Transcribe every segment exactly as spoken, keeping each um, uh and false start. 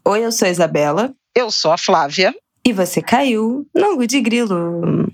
Oi, eu sou a Isabela. Eu sou a Flávia. E você caiu no Angu de Grilo.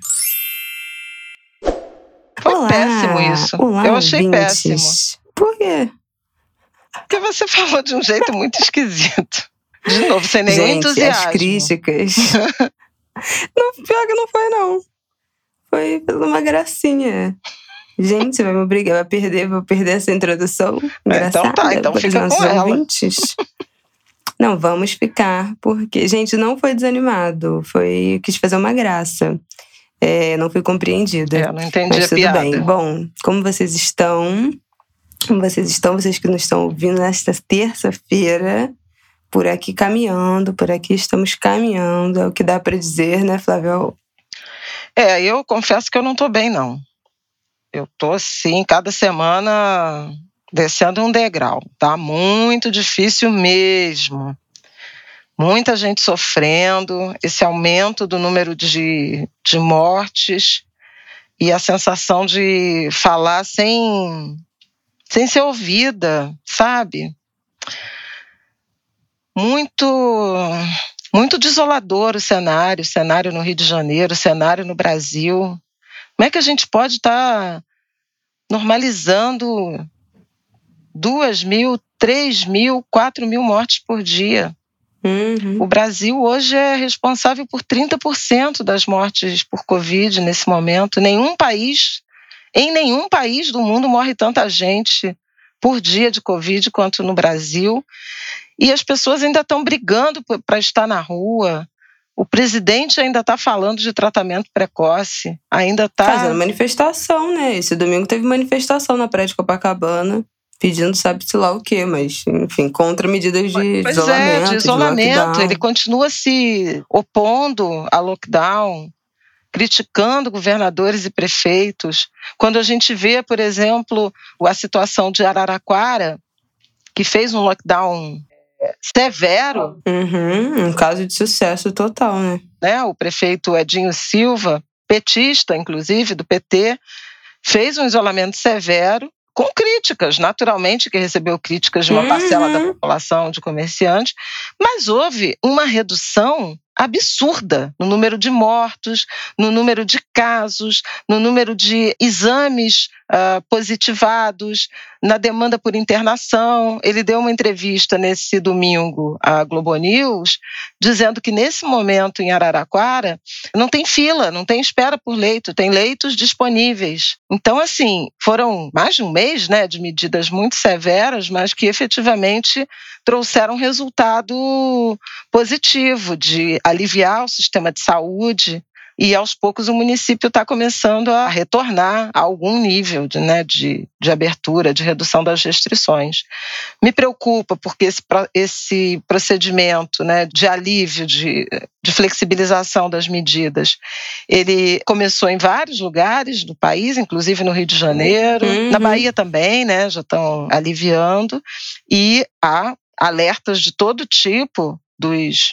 Foi Olá, péssimo isso. Olá, Eu achei ouvintes. péssimo. Por quê? Porque você falou de um jeito muito esquisito. De novo, sem nenhum Gente, entusiasmo. as críticas... não, pior que não foi, não. Foi uma gracinha. Gente, vai me obrigar, vai perder, vou perder essa introdução engraçada. Então tá, então para os fica nossos com ela. ouvintes. Não, vamos ficar, porque, gente, não foi desanimado, foi, quis fazer uma graça. É, não fui compreendida. É, não entendi mas a tudo piada. bem. Bom, como vocês estão? Como vocês estão, vocês que nos estão ouvindo nesta terça-feira, por aqui caminhando, por aqui estamos caminhando, é o que dá para dizer, né, Flávio? É, eu confesso que eu não tô bem, não. Eu tô assim, cada semana descendo um degrau. Tá muito difícil mesmo. Muita gente sofrendo, esse aumento do número de, de mortes e a sensação de falar sem, sem ser ouvida, sabe? Muito, muito desolador o cenário, o cenário no Rio de Janeiro, o cenário no Brasil. Como é que a gente pode estar normalizando duas mil, três mil, quatro mil mortes por dia? Uhum. O Brasil hoje é responsável por trinta por cento das mortes por Covid nesse momento. Nenhum país, em nenhum país do mundo morre tanta gente por dia de Covid quanto no Brasil. E as pessoas ainda estão brigando para estar na rua. O presidente ainda está falando de tratamento precoce. Ainda está fazendo manifestação, né? Esse domingo teve manifestação na Praia de Copacabana, pedindo sabe-se lá o quê, mas, enfim, contra medidas de pois isolamento, é, de isolamento. de Ele continua se opondo a lockdown, criticando governadores e prefeitos. Quando a gente vê, por exemplo, a situação de Araraquara, que fez um lockdown severo, Uhum, um caso de sucesso total, né? né? O prefeito Edinho Silva, petista, inclusive, do P T, fez um isolamento severo, com críticas, naturalmente, que recebeu críticas de uma Uhum. parcela da população, de comerciantes, mas houve uma redução absurda no número de mortos, no número de casos, no número de exames uh, positivados, na demanda por internação. Ele deu uma entrevista nesse domingo à Globo News, dizendo que nesse momento em Araraquara não tem fila, não tem espera por leito, tem leitos disponíveis. Então, assim, foram mais de um mês, né, de medidas muito severas, mas que efetivamente trouxeram resultado positivo de aliviar o sistema de saúde, e aos poucos o município está começando a retornar a algum nível de, né, de, de abertura, de redução das restrições. Me preocupa porque esse, esse procedimento, né, de alívio, de, de flexibilização das medidas, ele começou em vários lugares do país, inclusive no Rio de Janeiro, Uhum. na Bahia também, né, já estão aliviando, e há alertas de todo tipo dos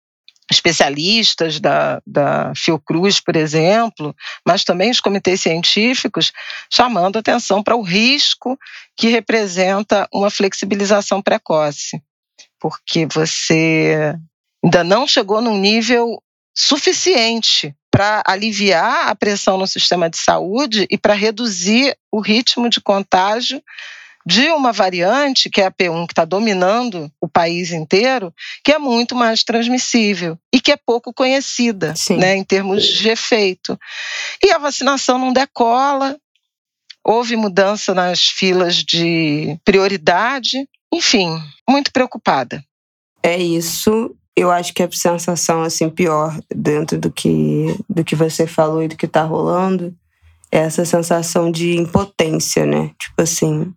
especialistas da, da Fiocruz, por exemplo, mas também os comitês científicos, chamando atenção para o risco que representa uma flexibilização precoce, porque você ainda não chegou num nível suficiente para aliviar a pressão no sistema de saúde e para reduzir o ritmo de contágio de uma variante, que é a P um, que está dominando o país inteiro, que é muito mais transmissível e que é pouco conhecida, né, em termos de efeito. E a vacinação não decola, houve mudança nas filas de prioridade, enfim, muito preocupada. É isso. Eu acho que a sensação assim, pior dentro do que, do que você falou e do que está rolando é essa sensação de impotência, né? Tipo assim,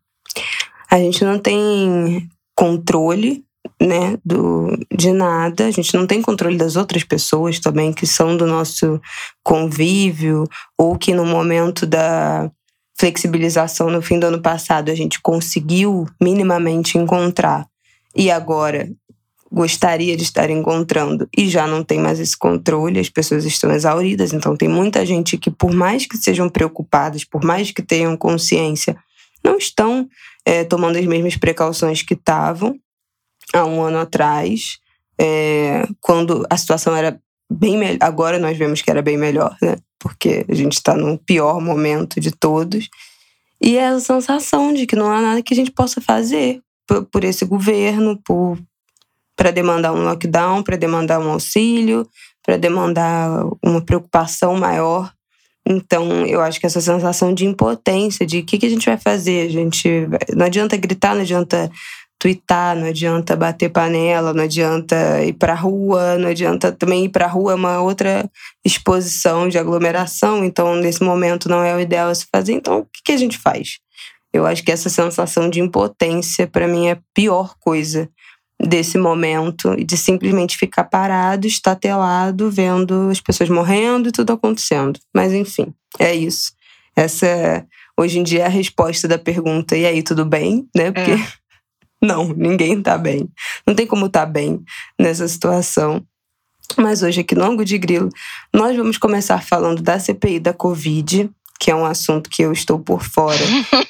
a gente não tem controle, né, do, de nada, a gente não tem controle das outras pessoas também que são do nosso convívio, ou que no momento da flexibilização no fim do ano passado a gente conseguiu minimamente encontrar e agora gostaria de estar encontrando e já não tem mais esse controle, as pessoas estão exauridas, então tem muita gente que, por mais que sejam preocupadas, por mais que tenham consciência, não estão é, tomando as mesmas precauções que estavam há um ano atrás. é, quando a situação era bem melhor. Agora nós vemos que era bem melhor, né? Porque a gente está no pior momento de todos. E é a sensação de que não há nada que a gente possa fazer por, por esse governo, para demandar um lockdown, para demandar um auxílio, para demandar uma preocupação maior. Então, eu acho que essa sensação de impotência, de o que, que a gente vai fazer? A gente, não adianta gritar, não adianta tuitar, não adianta bater panela, não adianta ir pra rua, não adianta também ir pra rua, é uma outra exposição de aglomeração, então nesse momento não é o ideal a se fazer, então o que, que a gente faz? Eu acho que essa sensação de impotência, para mim, é a pior coisa desse momento, e de simplesmente ficar parado, estatelado, vendo as pessoas morrendo e tudo acontecendo. Mas enfim, é isso. Essa, hoje em dia, é a resposta da pergunta, e aí, tudo bem? Né? Porque é. Não, ninguém tá bem. Não tem como tá bem nessa situação. Mas hoje, aqui no Ângulo de Grilo, nós vamos começar falando da C P I da Covid, que é um assunto que eu estou por fora.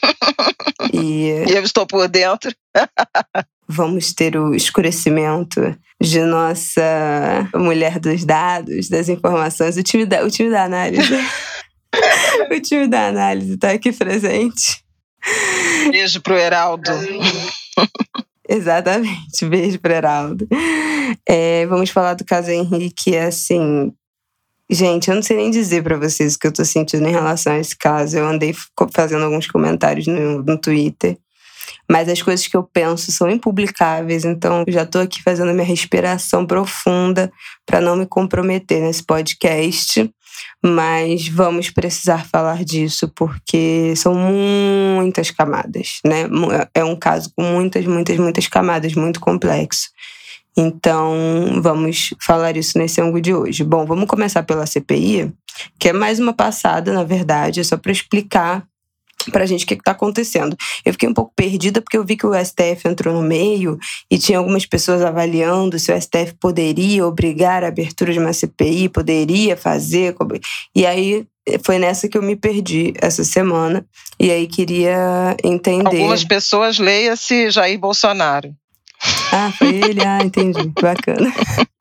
E eu estou por dentro. Vamos ter o escurecimento de nossa mulher dos dados, das informações, o time da, o time da análise. O time da análise está aqui presente. Beijo pro Heraldo. Exatamente, beijo pro Heraldo. É, vamos falar do caso Henrique, assim... Gente, eu não sei nem dizer pra vocês o que eu tô sentindo em relação a esse caso. Eu andei fazendo alguns comentários no, no Twitter, mas as coisas que eu penso são impublicáveis, então eu já tô aqui fazendo a minha respiração profunda pra não me comprometer nesse podcast. Mas vamos precisar falar disso, porque são muitas camadas, né? É um caso com muitas, muitas, muitas camadas, muito complexo. Então, vamos falar isso nesse ângulo de hoje. Bom, vamos começar pela C P I, que é mais uma passada, na verdade, é só para explicar pra gente o que está acontecendo. Eu fiquei um pouco perdida porque eu vi que o S T F entrou no meio e tinha algumas pessoas avaliando se o S T F poderia obrigar a abertura de uma C P I, poderia fazer. E aí foi nessa que eu me perdi essa semana. E aí queria entender... Algumas pessoas, leia-se Jair Bolsonaro. Ah, foi ele? Ah, entendi. Bacana.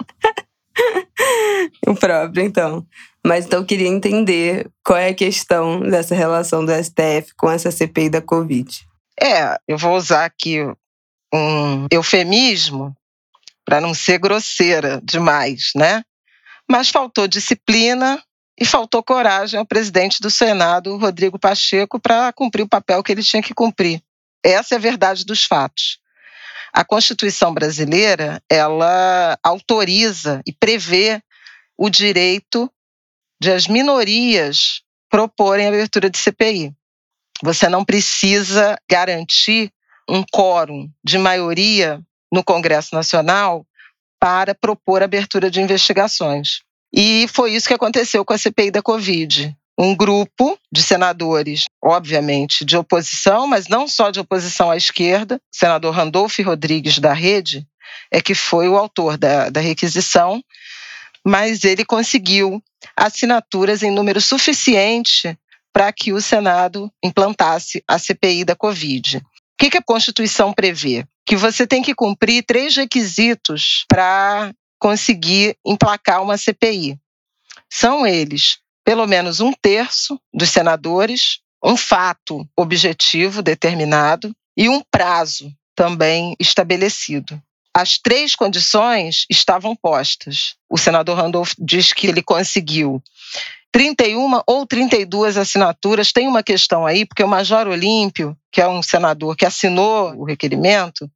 O próprio, então. Mas então eu queria entender qual é a questão dessa relação do S T F com essa C P I da Covid. É, eu vou usar aqui um eufemismo para não ser grosseira demais, né? Mas faltou disciplina e faltou coragem ao presidente do Senado, Rodrigo Pacheco, para cumprir o papel que ele tinha que cumprir. Essa é a verdade dos fatos. A Constituição brasileira, ela autoriza e prevê o direito de as minorias proporem a abertura de C P I. Você não precisa garantir um quórum de maioria no Congresso Nacional para propor a abertura de investigações. E foi isso que aconteceu com a C P I da Covid. Um grupo de senadores, obviamente, de oposição, mas não só de oposição à esquerda, o senador Randolfo Rodrigues, da Rede, é que foi o autor da, da requisição, mas ele conseguiu assinaturas em número suficiente para que o Senado implantasse a C P I da Covid. O que, que a Constituição prevê? Que você tem que cumprir três requisitos para conseguir emplacar uma C P I. São eles: pelo menos um terço dos senadores, um fato objetivo determinado e um prazo também estabelecido. As três condições estavam postas. O senador Randolfo diz que ele conseguiu trinta e uma ou trinta e duas assinaturas. Tem uma questão aí, porque o Major Olímpio, que é um senador que assinou o requerimento,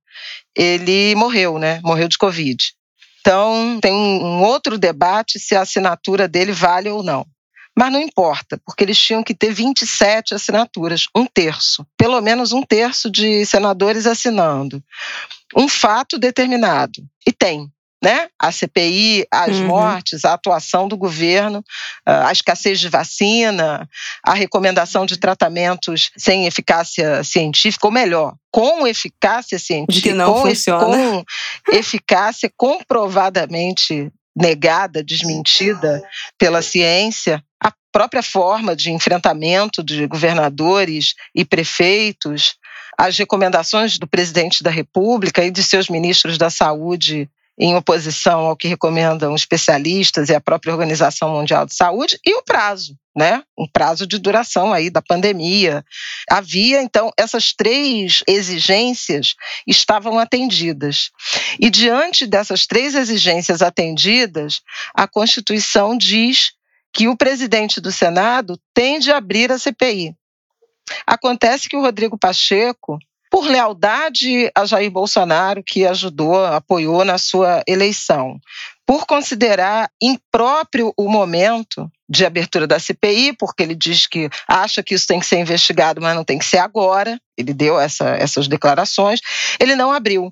ele morreu, né? Morreu de Covid. Então, tem um outro debate se a assinatura dele vale ou não. Mas não importa, porque eles tinham que ter vinte e sete assinaturas, um terço. Pelo menos um terço de senadores assinando. Um fato determinado. E tem, né? A C P I, as uhum. mortes, a atuação do governo, a escassez de vacina, a recomendação de tratamentos sem eficácia científica, ou melhor, com eficácia científica, que não com, funciona. com eficácia comprovadamente negada, desmentida pela ciência, a própria forma de enfrentamento de governadores e prefeitos, as recomendações do presidente da República e de seus ministros da Saúde em oposição ao que recomendam especialistas e a própria Organização Mundial de Saúde, e o prazo, né? Um prazo de duração aí da pandemia. Havia, então, essas três exigências estavam atendidas. E diante dessas três exigências atendidas, a Constituição diz que o presidente do Senado tem de abrir a C P I. Acontece que o Rodrigo Pacheco, por lealdade a Jair Bolsonaro, que ajudou, apoiou na sua eleição, por considerar impróprio o momento de abertura da C P I, porque ele diz que acha que isso tem que ser investigado, mas não tem que ser agora, ele deu essa, essas declarações, ele não abriu.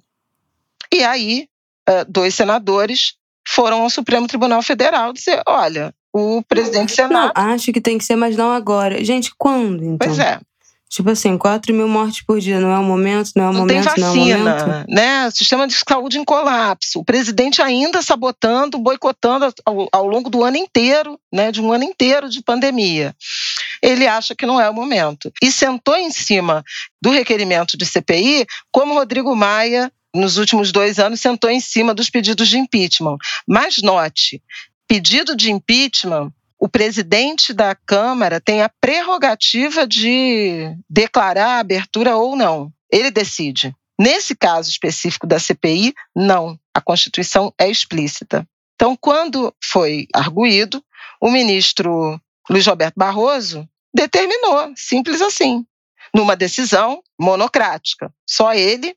E aí, dois senadores foram ao Supremo Tribunal Federal dizer, olha, o presidente do Senado... Não, acho que tem que ser, mas não agora. Gente, quando, então? Pois é. Tipo assim, quatro mil mortes por dia, não é o momento, não é o não momento, tem vacina, não é o momento. Né? O sistema de saúde em colapso. O presidente ainda sabotando, boicotando ao, ao longo do ano inteiro, né? De um ano inteiro de pandemia. Ele acha que não é o momento. E sentou em cima do requerimento de C P I, como Rodrigo Maia, nos últimos dois anos, sentou em cima dos pedidos de impeachment. Mas note, pedido de impeachment, o presidente da Câmara tem a prerrogativa de declarar a abertura ou não. Ele decide. Nesse caso específico da C P I, não. A Constituição é explícita. Então, quando foi arguído, o ministro Luiz Roberto Barroso determinou, simples assim, numa decisão monocrática. Só ele,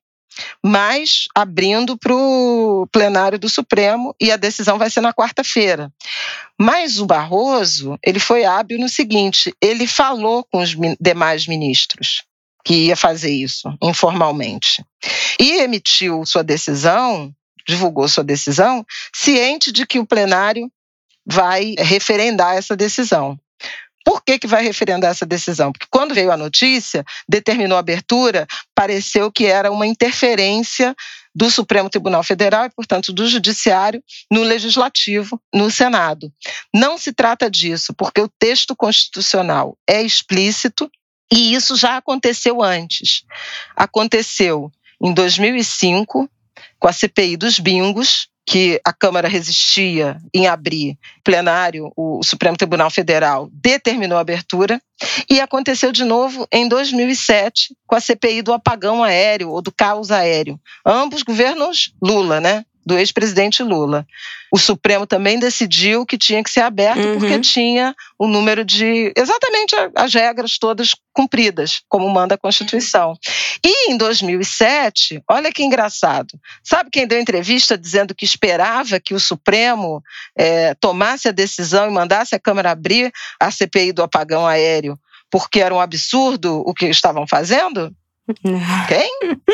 mas abrindo para o plenário do Supremo, e a decisão vai ser na quarta-feira. Mas o Barroso, ele foi hábil no seguinte, ele falou com os demais ministros que ia fazer isso informalmente e emitiu sua decisão, divulgou sua decisão, ciente de que o plenário vai referendar essa decisão. Por que que vai referendar essa decisão? Porque quando veio a notícia, determinou a abertura, pareceu que era uma interferência do Supremo Tribunal Federal e, portanto, do Judiciário no Legislativo, no Senado. Não se trata disso, porque o texto constitucional é explícito e isso já aconteceu antes. Aconteceu em dois mil e cinco, com a C P I dos bingos, que a Câmara resistia em abrir plenário, o Supremo Tribunal Federal determinou a abertura, e aconteceu de novo em dois mil e sete, com a C P I do apagão aéreo ou do caos aéreo. Ambos governos Lula, né? Do ex-presidente Lula. O Supremo também decidiu que tinha que ser aberto uhum. porque tinha o número de... exatamente as regras todas cumpridas, como manda a Constituição. E em dois mil e sete, olha que engraçado, sabe quem deu entrevista dizendo que esperava que o Supremo é, tomasse a decisão e mandasse a Câmara abrir a C P I do apagão aéreo porque era um absurdo o que estavam fazendo? Quem?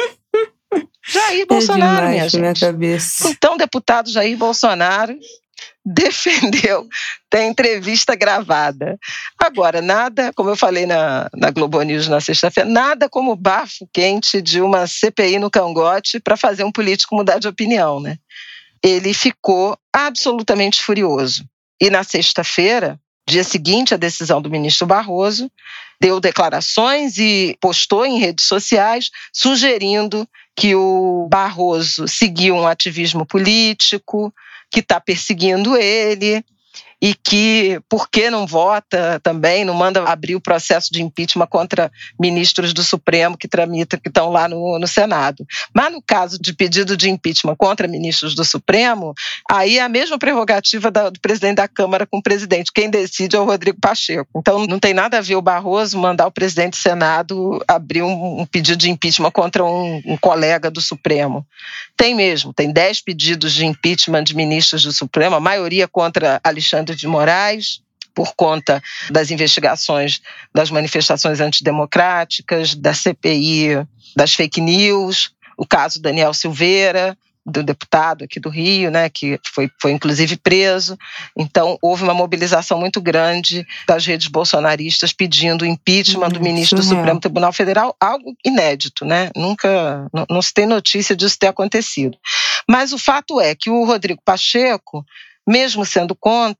Jair Bolsonaro, é minha gente. Minha cabeça. Então, o deputado Jair Bolsonaro defendeu, tem entrevista gravada. Agora, nada, como eu falei na, na Globo News na sexta-feira, nada como o bafo quente de uma C P I no cangote para fazer um político mudar de opinião, né? Ele ficou absolutamente furioso. E na sexta-feira, dia seguinte à decisão do ministro Barroso, deu declarações e postou em redes sociais sugerindo que o Barroso seguiu um ativismo político, que está perseguindo ele e que, por que não vota também, não manda abrir o processo de impeachment contra ministros do Supremo que tramitam, que estão lá no, no Senado. Mas no caso de pedido de impeachment contra ministros do Supremo, aí é a mesma prerrogativa da, do presidente da Câmara com o presidente. Quem decide é o Rodrigo Pacheco. Então não tem nada a ver o Barroso mandar o presidente do Senado abrir um, um pedido de impeachment contra um, um colega do Supremo. Tem mesmo, tem dez pedidos de impeachment de ministros do Supremo, a maioria contra Alexandre de Moraes, por conta das investigações das manifestações antidemocráticas, da C P I, das fake news, o caso Daniel Silveira, do deputado aqui do Rio, né, que foi, foi inclusive preso. Então, houve uma mobilização muito grande das redes bolsonaristas pedindo o impeachment hum, do ministro surreal. do Supremo Tribunal Federal, algo inédito, né? Nunca, não, não se tem notícia disso ter acontecido. Mas o fato é que o Rodrigo Pacheco, mesmo sendo contra,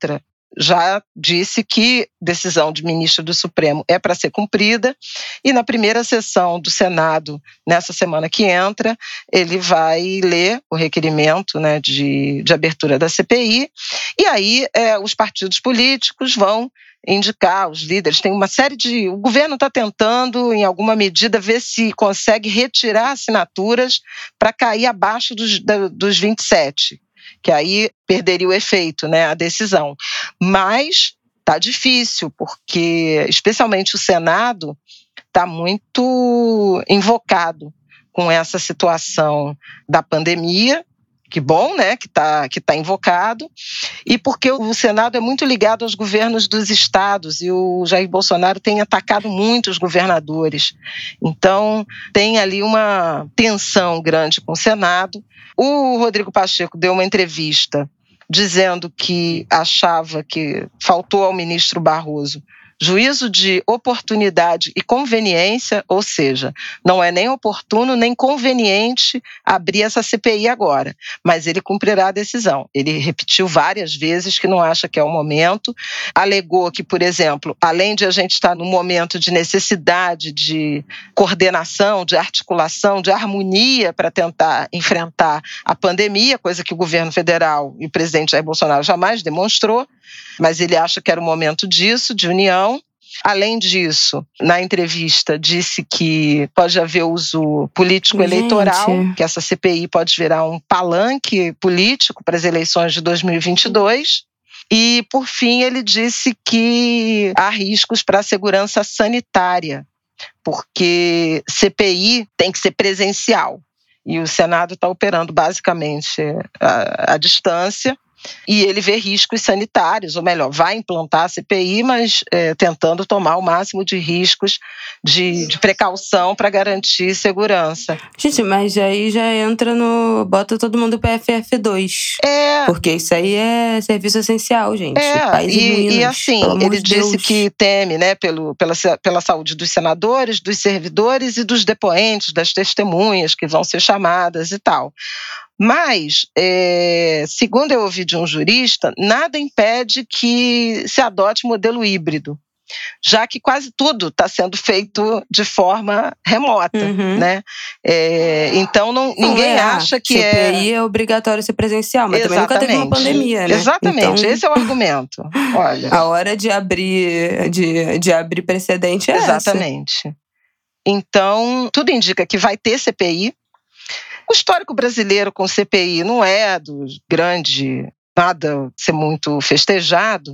já disse que decisão de ministro do Supremo é para ser cumprida, e na primeira sessão do Senado, nessa semana que entra, ele vai ler o requerimento, né, de, de abertura da C P I, e aí é, os partidos políticos vão indicar os líderes. Tem uma série de... O governo está tentando, em alguma medida, ver se consegue retirar assinaturas para cair abaixo dos, dos vinte e sete, que aí perderia o efeito, né, a decisão. Mas está difícil, porque especialmente o Senado está muito invocado com essa situação da pandemia. Que bom, né, que está que tá invocado, e porque o Senado é muito ligado aos governos dos estados, e o Jair Bolsonaro tem atacado muito os governadores. Então, tem ali uma tensão grande com o Senado. O Rodrigo Pacheco deu uma entrevista dizendo que achava que faltou ao ministro Barroso juízo de oportunidade e conveniência, ou seja, não é nem oportuno nem conveniente abrir essa C P I agora, mas ele cumprirá a decisão. Ele repetiu várias vezes que não acha que é o momento, alegou que, por exemplo, além de a gente estar num momento de necessidade de coordenação, de articulação, de harmonia para tentar enfrentar a pandemia, coisa que o governo federal e o presidente Jair Bolsonaro jamais demonstrou, mas ele acha que era o momento disso, de união. Além disso, na entrevista, disse que pode haver uso político-eleitoral, Gente. que essa C P I pode virar um palanque político para as eleições de dois mil e vinte e dois. E, por fim, ele disse que há riscos para a segurança sanitária, porque C P I tem que ser presencial. E o Senado está operando basicamente à, à distância. E ele vê riscos sanitários, ou melhor, vai implantar a C P I, mas é, tentando tomar o máximo de riscos de, de precaução para garantir segurança. Gente, mas aí já entra no... Bota todo mundo para F F dois. É. Porque isso aí é serviço essencial, gente. É, País em e, ruínas, e assim, pelo amor ele de disse Deus. que teme, né, pelo, pela, pela saúde dos senadores, dos servidores e dos depoentes, das testemunhas que vão ser chamadas e tal. Mas, é, segundo eu ouvi de um jurista, nada impede que se adote modelo híbrido, já que quase tudo está sendo feito de forma remota, Uhum. né? É, então, não, Não, ninguém é, acha que C P I é... é obrigatório ser presencial, mas também nunca teve uma pandemia, né? Exatamente, Então, esse é o argumento. Olha, a hora de abrir, de, de abrir precedente é exatamente. essa. Então, tudo indica que vai ter C P I. O histórico brasileiro com C P I não é do grande, nada ser muito festejado,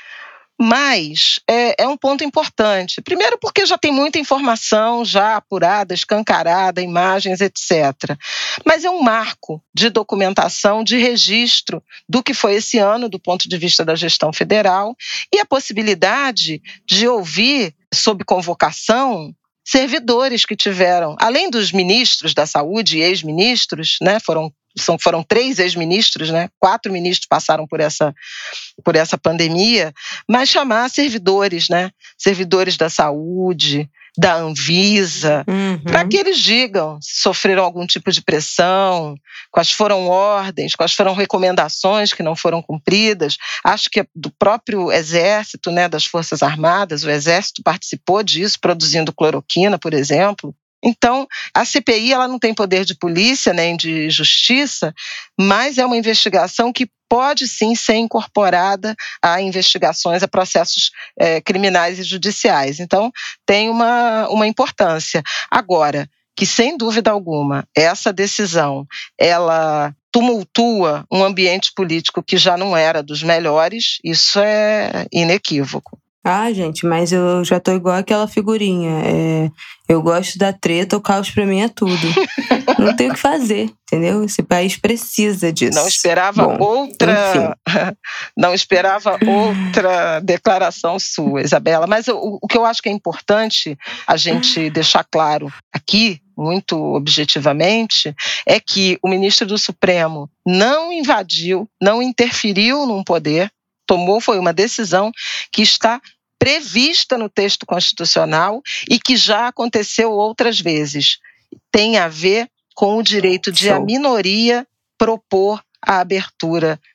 mas é, é um ponto importante. Primeiro porque já tem muita informação já apurada, escancarada, imagens, etcétera. Mas é um marco de documentação, de registro do que foi esse ano do ponto de vista da gestão federal, e a possibilidade de ouvir, sob convocação, servidores que tiveram, além dos ministros da saúde e ex-ministros, né, foram, são, foram três ex-ministros, né, quatro ministros passaram por essa, por essa pandemia, mas chamar servidores, né, servidores da saúde, da Anvisa, Uhum. para que eles digam se sofreram algum tipo de pressão, quais foram ordens, quais foram recomendações que não foram cumpridas. Acho que do próprio Exército, né, das Forças Armadas, o Exército participou disso, produzindo cloroquina, por exemplo. Então, a C P I ela não tem poder de polícia nem de justiça, mas é uma investigação que pode sim ser incorporada a investigações, a processos é, criminais e judiciais. Então, tem uma, uma importância. Agora, que sem dúvida alguma, essa decisão, ela tumultua um ambiente político que já não era dos melhores, isso é inequívoco. Ah, gente, mas eu já tô igual aquela figurinha. É, eu gosto da treta, o caos pra mim é tudo. Não tem o que fazer, entendeu? Esse país precisa disso. Não esperava Bom, outra, não esperava outra declaração sua, Isabela. Mas o, o que eu acho que é importante a gente deixar claro aqui, muito objetivamente, é que o ministro do Supremo não invadiu, não interferiu num poder, tomou foi uma decisão que está prevista no texto constitucional e que já aconteceu outras vezes. Tem a ver com o direito de Show. a minoria propor a abertura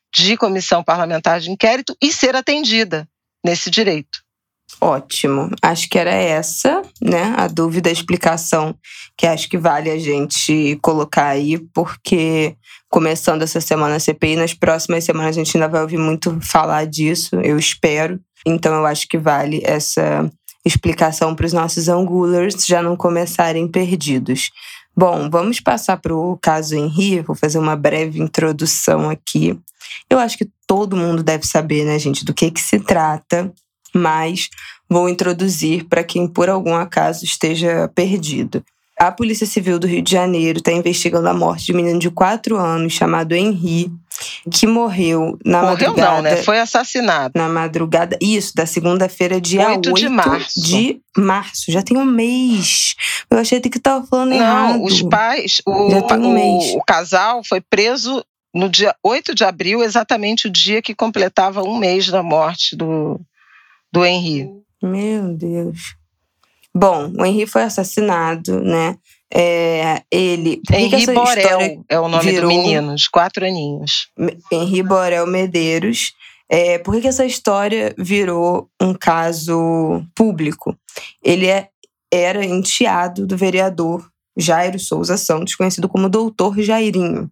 de comissão parlamentar de inquérito e ser atendida nesse direito. Ótimo. Acho que era essa, né, a dúvida, a explicação que acho que vale a gente colocar aí, porque começando essa semana a C P I, nas próximas semanas a gente ainda vai ouvir muito falar disso, eu espero. Então eu acho que vale essa explicação para os nossos angulers já não começarem perdidos. Bom, vamos passar para o caso Henri, vou fazer uma breve introdução aqui. Eu acho que todo mundo deve saber, né, gente, do que, que se trata, mas vou introduzir para quem por algum acaso esteja perdido. A Polícia Civil do Rio de Janeiro está investigando a morte de um menino de quatro anos chamado Henri, que morreu na morreu madrugada... Morreu não, né? Foi assassinado. Na madrugada, isso, da segunda-feira, dia oito de março. De março. Já tem um mês. Eu achei que estava falando não, errado. Não, os pais... O, Já tem um o, mês. O casal foi preso no dia oito de abril, exatamente o dia que completava um mês da morte do, do Henri. Meu Deus. Bom, o Henri foi assassinado, né? É, ele... Henri Borel é o nome virou... do menino, de quatro aninhos. Henri Borel Medeiros. É, por que, que essa história virou um caso público? Ele é, era enteado do vereador Jairo Souza Santos, conhecido como Doutor Jairinho.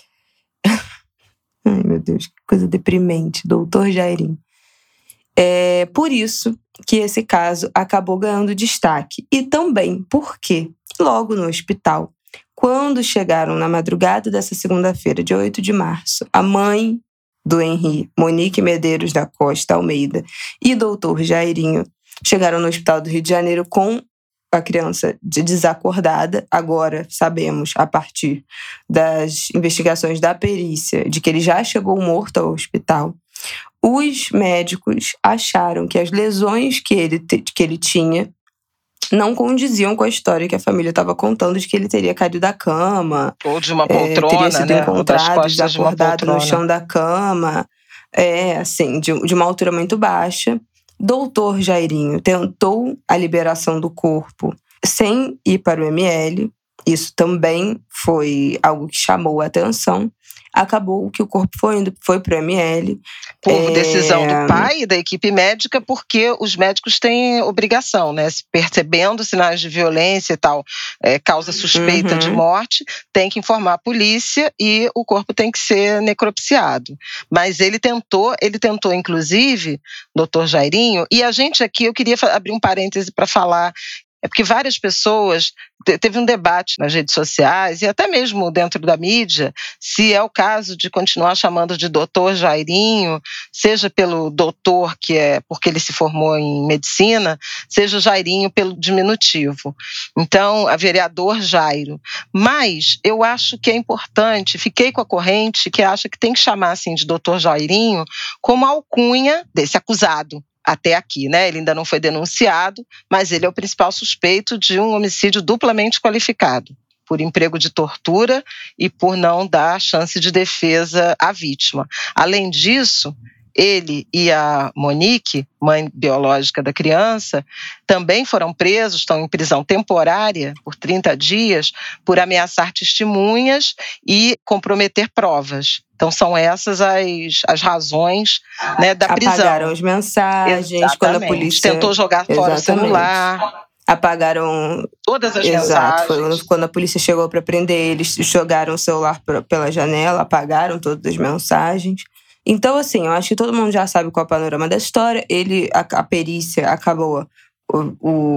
Ai, meu Deus, que coisa deprimente. Doutor Jairinho. É por isso que esse caso acabou ganhando destaque. E também porque, logo no hospital, quando chegaram na madrugada dessa segunda-feira, dia oito de março, a mãe do Henri, Monique Medeiros da Costa Almeida, e doutor Jairinho chegaram no hospital do Rio de Janeiro com a criança desacordada. Agora sabemos, a partir das investigações da perícia, de que ele já chegou morto ao hospital. Os médicos acharam que as lesões que ele, que ele tinha não condiziam com a história que a família estava contando de que ele teria caído da cama. Ou de uma poltrona, é, teria sido né? encontrado desacordado no chão da cama. É, assim, de, de uma altura muito baixa. Doutor Jairinho tentou a liberação do corpo sem ir para o M L. Isso também foi algo que chamou a atenção. Acabou que o corpo foi indo, foi para o M L. Por é... decisão do pai e da equipe médica, porque os médicos têm obrigação, né? Percebendo sinais de violência e tal, é, causa suspeita uhum. de morte, tem que informar a polícia e o corpo tem que ser necropsiado. Mas ele tentou, ele tentou, inclusive, doutor Jairinho, e a gente aqui, eu queria abrir um parêntese para falar. É porque várias pessoas, teve um debate nas redes sociais e até mesmo dentro da mídia, se é o caso de continuar chamando de doutor Jairinho, seja pelo doutor, que é porque ele se formou em medicina, seja Jairinho pelo diminutivo. Então, a vereador Jairo. Mas eu acho que é importante, fiquei com a corrente que acha que tem que chamar assim de doutor Jairinho como alcunha desse acusado. Até aqui, né? Ele ainda não foi denunciado, mas ele é o principal suspeito de um homicídio duplamente qualificado, por emprego de tortura e por não dar chance de defesa à vítima. Além disso, ele e a Monique, mãe biológica da criança, também foram presos, estão em prisão temporária por trinta dias, por ameaçar testemunhas e comprometer provas. Então, são essas as, as razões, né, da prisão. Apagaram as mensagens. Exatamente. Quando a polícia... Tentou jogar fora Exatamente. o celular. Apagaram... Todas as Exato. mensagens. Foi quando a polícia chegou para prender eles, jogaram o celular pela janela, apagaram todas as mensagens. Então, assim, eu acho que todo mundo já sabe qual é o panorama da história. Ele, a, a perícia acabou o,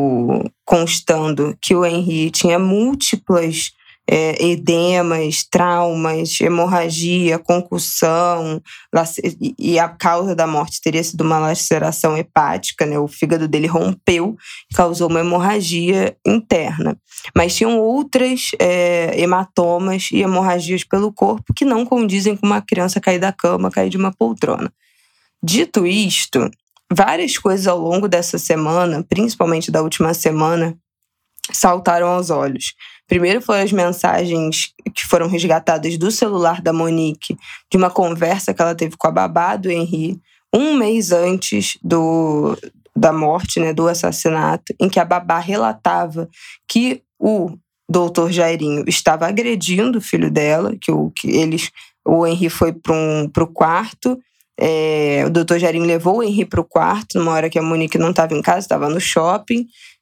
o, constando que o Henri tinha múltiplas é, edemas, traumas, hemorragia, concussão, e, e a causa da morte teria sido uma laceração hepática, né? O fígado dele rompeu e causou uma hemorragia interna. Mas tinham outras é, hematomas e hemorragias pelo corpo que não condizem com uma criança cair da cama, cair de uma poltrona. Dito isto, várias coisas ao longo dessa semana, principalmente da última semana, saltaram aos olhos. Primeiro foram as mensagens que foram resgatadas do celular da Monique, de uma conversa que ela teve com a babá do Henri, um mês antes do, da morte, né, do assassinato, em que a babá relatava que o doutor Jairinho estava agredindo o filho dela, que, o, que eles O Henri foi para um, o quarto. É, o doutor Jairinho levou o Henri para o quarto, numa hora que a Monique não estava em casa, estava no shopping.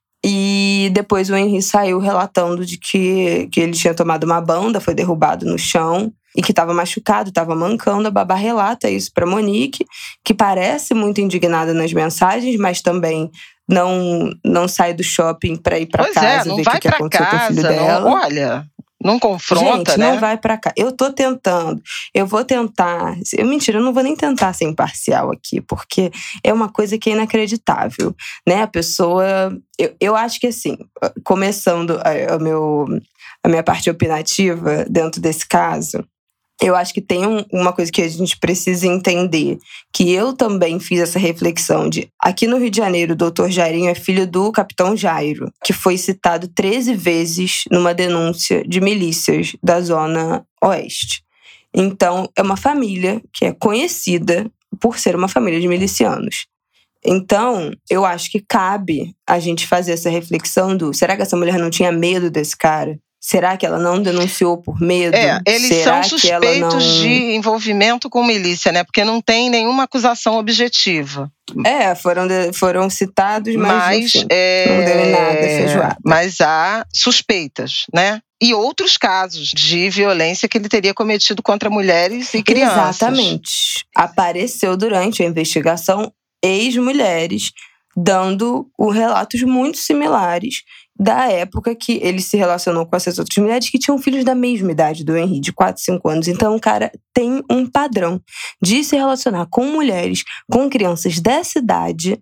E depois o Henri saiu relatando de que, que ele tinha tomado uma banda, foi derrubado no chão e que estava machucado, estava mancando. A babá relata isso para Monique, que parece muito indignada nas mensagens, mas também não, não sai do shopping para ir para casa, é, não ver o vai que, que aconteceu casa, com o filho não, dela. Olha, não confronta, Gente, né? não vai pra cá. Eu tô tentando. Eu vou tentar. Eu, mentira, eu não vou nem tentar ser imparcial aqui, porque é uma coisa que é inacreditável, né? A pessoa. Eu, eu acho que assim, começando a, a, meu, a minha parte opinativa dentro desse caso, eu acho que tem um, uma coisa que a gente precisa entender, que eu também fiz essa reflexão de... Aqui no Rio de Janeiro, o doutor Jairinho é filho do capitão Jairo, que foi citado treze vezes numa denúncia de milícias da Zona Oeste. Então, é uma família que é conhecida por ser uma família de milicianos. Então, eu acho que cabe a gente fazer essa reflexão do... Será que essa mulher não tinha medo desse cara? Será que ela não denunciou por medo? É, eles Será são que ela suspeitos não... de envolvimento com milícia, né? Porque não tem nenhuma acusação objetiva. É, foram, de, foram citados, mas, mas enfim, é, não deu em nada, feijoada. Mas há suspeitas, né? E outros casos de violência que ele teria cometido contra mulheres e crianças. Exatamente. Apareceu durante a investigação ex-mulheres dando relatos muito similares da época que ele se relacionou com essas outras mulheres que tinham filhos da mesma idade do Henri, de quatro, cinco anos. Então, o cara tem um padrão de se relacionar com mulheres, com crianças dessa idade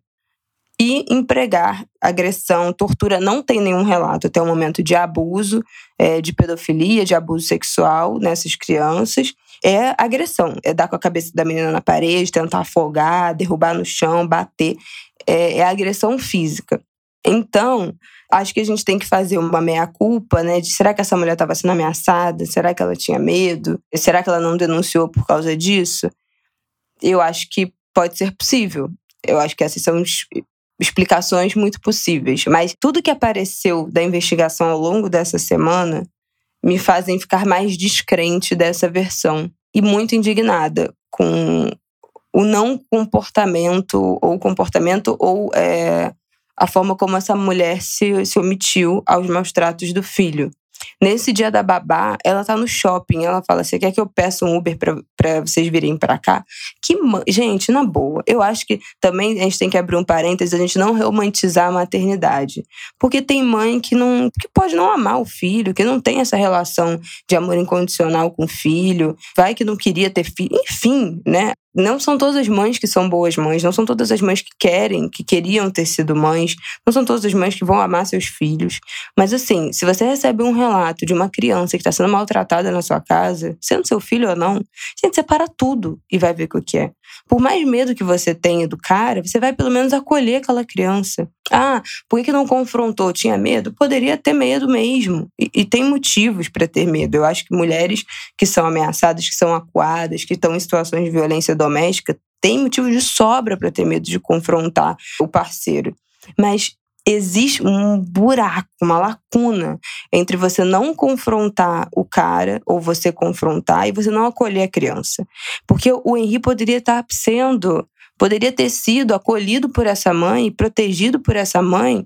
e empregar agressão, tortura. Não tem nenhum relato até o momento de abuso, é, de pedofilia, de abuso sexual nessas crianças. É agressão, é dar com a cabeça da menina na parede, tentar afogar, derrubar no chão, bater. É, é agressão física. Então, acho que a gente tem que fazer uma meia-culpa, né? De será que essa mulher estava sendo ameaçada? Será que ela tinha medo? Será que ela não denunciou por causa disso? Eu acho que pode ser possível. Eu acho que essas são explicações muito possíveis. Mas tudo que apareceu da investigação ao longo dessa semana me fazem ficar mais descrente dessa versão. E muito indignada com o não comportamento, ou comportamento, ou é, a forma como essa mulher se, se omitiu aos maus tratos do filho. Nesse dia da babá, ela tá no shopping, ela fala, você quer que eu peça um Uber pra, pra vocês virem pra cá? Que ma- Gente, na boa, eu acho que também a gente tem que abrir um parênteses, a gente não romantizar a maternidade. Porque tem mãe que, não, que pode não amar o filho, que não tem essa relação de amor incondicional com o filho, vai que não queria ter filho, enfim, né? Não são todas as mães que são boas mães, não são todas as mães que querem, que queriam ter sido mães, não são todas as mães que vão amar seus filhos. Mas assim, se você recebe um relato de uma criança que está sendo maltratada na sua casa, sendo seu filho ou não, gente, separa tudo e vai ver o que é. Por mais medo que você tenha do cara, você vai pelo menos acolher aquela criança. Ah, por que não confrontou? Tinha medo? Poderia ter medo mesmo. E, e tem motivos para ter medo. Eu acho que mulheres que são ameaçadas, que são acuadas, que estão em situações de violência doméstica, têm motivo de sobra para ter medo de confrontar o parceiro. Mas existe um buraco, uma lacuna entre você não confrontar o cara, ou você confrontar, e você não acolher a criança. Porque o Henri poderia estar sendo... poderia ter sido acolhido por essa mãe, protegido por essa mãe,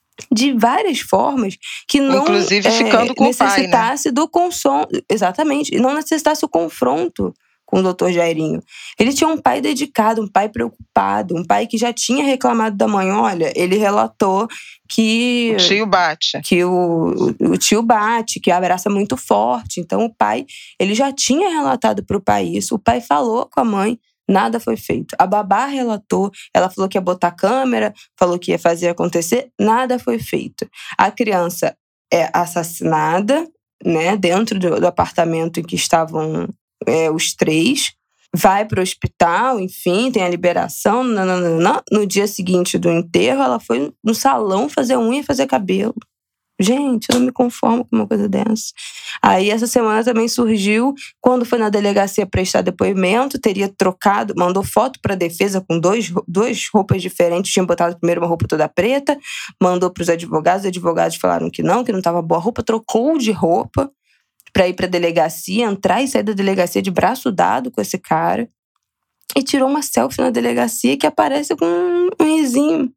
de várias formas que não Inclusive, é, ficando com necessitasse o pai, né? do confronto. Exatamente, e não necessitasse o confronto com o doutor Jairinho. Ele tinha um pai dedicado, um pai preocupado, um pai que já tinha reclamado da mãe. Olha, ele relatou que... O tio bate. Que o, o tio bate, que abraça muito forte. Então, o pai, ele já tinha relatado para o pai isso. O pai falou com a mãe, nada foi feito. A babá relatou, ela falou que ia botar câmera, falou que ia fazer acontecer, nada foi feito. A criança é assassinada, né, dentro do, do apartamento em que estavam é, os três, vai para o hospital, enfim, tem a liberação, nananana. No dia seguinte do enterro, ela foi no salão fazer unha e fazer cabelo. Gente, eu não me conformo com uma coisa dessa. Aí, essa semana também surgiu, quando foi na delegacia prestar depoimento, teria trocado, mandou foto para a defesa com dois, duas roupas diferentes, tinha botado primeiro uma roupa toda preta, mandou para os advogados, os advogados falaram que não, que não estava boa a roupa, trocou de roupa pra ir pra delegacia, entrar e sair da delegacia de braço dado com esse cara. E tirou uma selfie na delegacia que aparece com um risinho.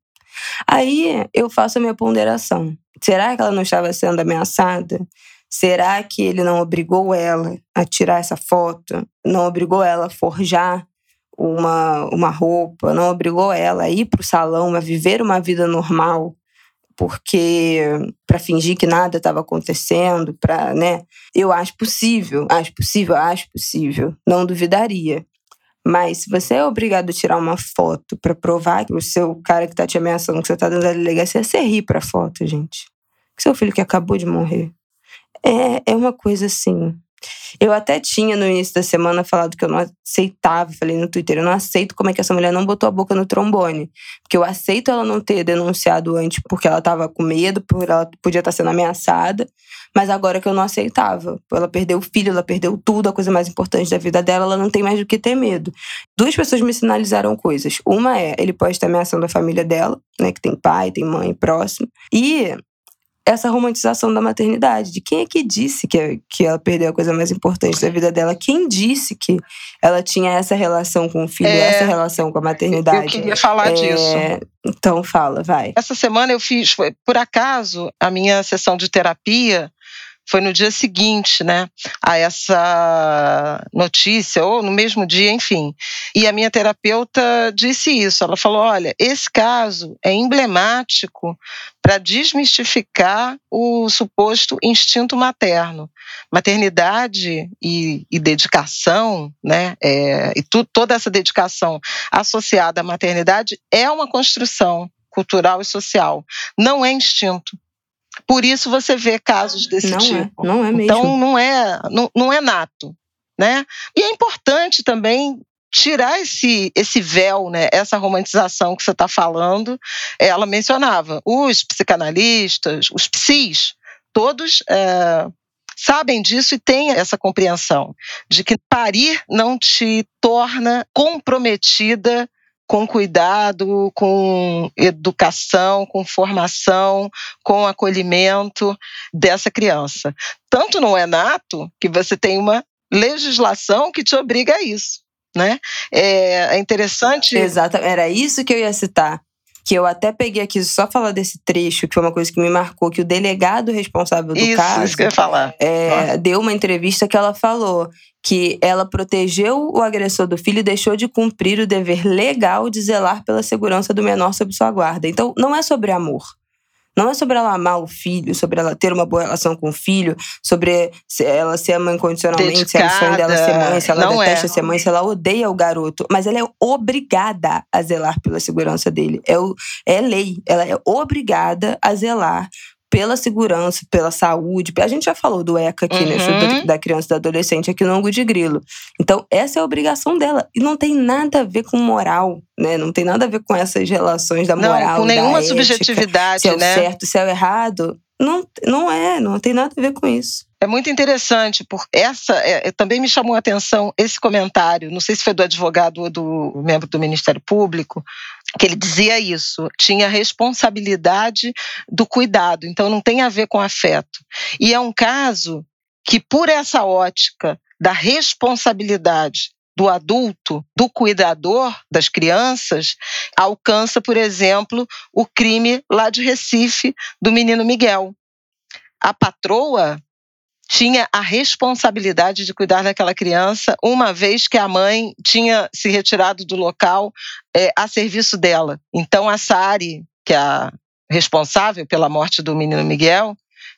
Aí eu faço a minha ponderação. Será que ela não estava sendo ameaçada? Será que ele não obrigou ela a tirar essa foto? Não obrigou ela a forjar uma, uma roupa? Não obrigou ela a ir pro salão, a viver uma vida normal? Porque para fingir que nada estava acontecendo, para, né? Eu acho possível, acho possível, acho possível. Não duvidaria. Mas se você é obrigado a tirar uma foto pra provar que o seu cara que tá te ameaçando, que você tá dentro da delegacia, você ri pra foto, gente. Que seu filho que acabou de morrer. É, é uma coisa assim. Eu até tinha no início da semana falado que eu não aceitava, falei no Twitter, eu não aceito como é que essa mulher não botou a boca no trombone. Porque eu aceito ela não ter denunciado antes porque ela tava com medo, porque ela podia estar sendo ameaçada. Mas agora que eu não aceitava. Ela perdeu o filho, ela perdeu tudo, a coisa mais importante da vida dela, ela não tem mais do que ter medo. Duas pessoas me sinalizaram coisas. Uma é, ele pode estar ameaçando a família dela, né, que tem pai, tem mãe próximo. E essa romantização da maternidade, de quem é que disse que, que ela perdeu a coisa mais importante da vida dela? Quem disse que ela tinha essa relação com o filho, é, essa relação com a maternidade? Eu queria falar é, disso. Então fala, vai. Essa semana eu fiz, foi, por acaso, a minha sessão de terapia foi no dia seguinte, né, a essa notícia, ou no mesmo dia, enfim. E a minha terapeuta disse isso, ela falou, olha, esse caso é emblemático para desmistificar o suposto instinto materno. Maternidade e, e dedicação, né, é, e tu, toda essa dedicação associada à maternidade é uma construção cultural e social, não é instinto. Por isso você vê casos desse não tipo. É, não é mesmo. Então não é, não, não é nato, né? E é importante também tirar esse, esse véu, né? Essa romantização que você está falando. Ela mencionava os psicanalistas, os psis, todos é, sabem disso e têm essa compreensão de que parir não te torna comprometida com cuidado, com educação, com formação, com acolhimento dessa criança. Tanto não é nato que você tem uma legislação que te obriga a isso, né? É interessante... Exato, era isso que eu ia citar. Que eu até peguei aqui só falar desse trecho, que foi uma coisa que me marcou, que o delegado responsável do isso, caso... Isso que eu ia falar. É, deu uma entrevista que ela falou que ela protegeu o agressor do filho e deixou de cumprir o dever legal de zelar pela segurança do menor sob sua guarda. Então, não é sobre amor. Não é sobre ela amar o filho, sobre ela ter uma boa relação com o filho, sobre ela ser mãe incondicionalmente, dedicada, se é o sonho dela ser mãe, se ela não detesta é. ser mãe, se ela odeia o garoto. Mas ela é obrigada a zelar pela segurança dele. É, o, é lei. Ela é obrigada a zelar pela segurança, pela saúde. A gente já falou do ECA aqui, uhum. né? Estudo da criança e do adolescente aqui no Ângulo de Grilo. Então, essa é a obrigação dela. E não tem nada a ver com moral, né? Não tem nada a ver com essas relações da moral, não, com nenhuma da ética, subjetividade, se é o né? certo, se é o errado. Não, não é, não tem nada a ver com isso. É muito interessante, porque essa é, também me chamou a atenção esse comentário, não sei se foi do advogado ou do membro do Ministério Público, que ele dizia isso, tinha responsabilidade do cuidado, então não tem a ver com afeto. E é um caso que, por essa ótica da responsabilidade do adulto, do cuidador das crianças, alcança, por exemplo, o crime lá de Recife do menino Miguel. A patroa tinha a responsabilidade de cuidar daquela criança, uma vez que a mãe tinha se retirado do local é, a serviço dela. Então, a Sari, que é a responsável pela morte do menino Miguel,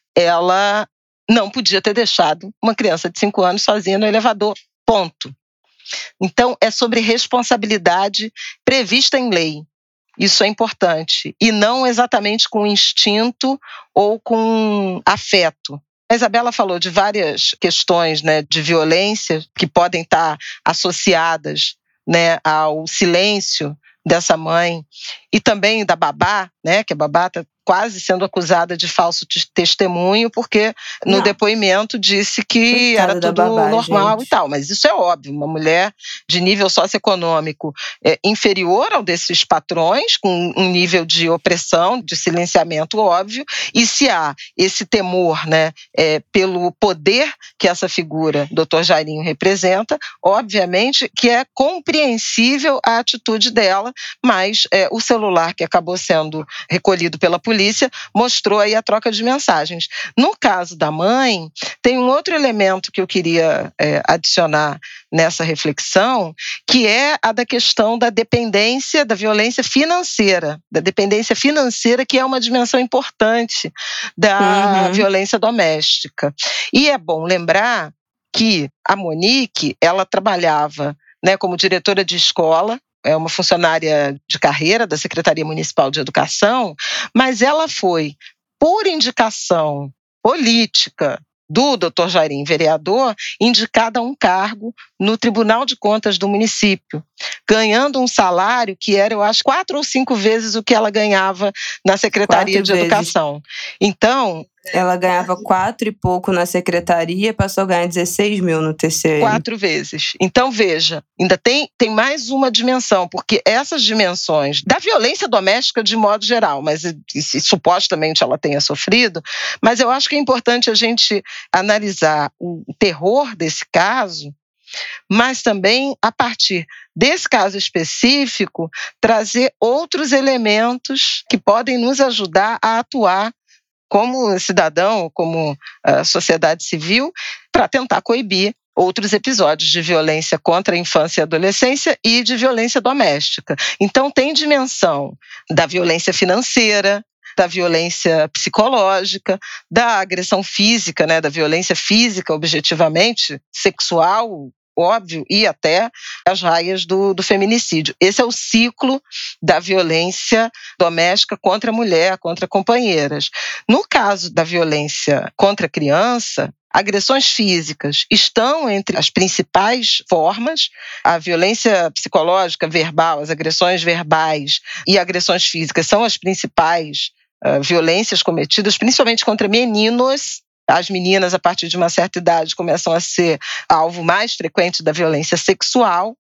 ela não podia ter deixado uma criança de cinco anos sozinha no elevador. Ponto. Então, é sobre responsabilidade prevista em lei. Isso é importante. E não exatamente com instinto ou com afeto. A Isabela falou de várias questões, né, de violência que podem estar associadas, né, ao silêncio dessa mãe e também da babá, né, que a babá está quase sendo acusada de falso testemunho porque no Não. depoimento disse que Coitada era tudo babá, normal gente. E tal. Mas isso é óbvio, uma mulher de nível socioeconômico é, inferior ao desses patrões, com um nível de opressão, de silenciamento óbvio, e se há esse temor, né, é, pelo poder que essa figura, doutor Jairinho, representa, obviamente que é compreensível a atitude dela, mas é, o celular que acabou sendo recolhido pela polícia mostrou aí a troca de mensagens. No caso da mãe, tem um outro elemento que eu queria é, adicionar nessa reflexão, que é a da questão da dependência, da violência financeira, da dependência financeira, que é uma dimensão importante da Uhum. violência doméstica. E é bom lembrar que a Monique, ela trabalhava, né, como diretora de escola, é uma funcionária de carreira da Secretaria Municipal de Educação, mas ela foi, por indicação política do doutor Jairinho, vereador, indicada a um cargo no Tribunal de Contas do município, ganhando um salário que era, eu acho, quatro ou cinco vezes o que ela ganhava na Secretaria Quatro de vezes. Educação. Então, ela ganhava quatro e pouco na secretaria, passou a ganhar dezesseis mil no T C M. Quatro vezes. Então, veja, ainda tem, tem mais uma dimensão, porque essas dimensões da violência doméstica de modo geral, mas e, e, supostamente ela tenha sofrido, mas eu acho que é importante a gente analisar o terror desse caso, mas também, a partir desse caso específico, trazer outros elementos que podem nos ajudar a atuar como cidadão, como uh, sociedade civil, para tentar coibir outros episódios de violência contra a infância e adolescência e de violência doméstica. Então, tem dimensão da violência financeira, da violência psicológica, da agressão física, né, da violência física, objetivamente, sexual, óbvio, e até as raias do, do feminicídio. Esse é o ciclo da violência doméstica contra a mulher, contra companheiras. No caso da violência contra a criança, agressões físicas estão entre as principais formas. A violência psicológica, verbal, as agressões verbais e agressões físicas são as principais uh, violências cometidas, principalmente contra meninos. As meninas, a partir de uma certa idade, começam a ser alvo mais frequente da violência sexual,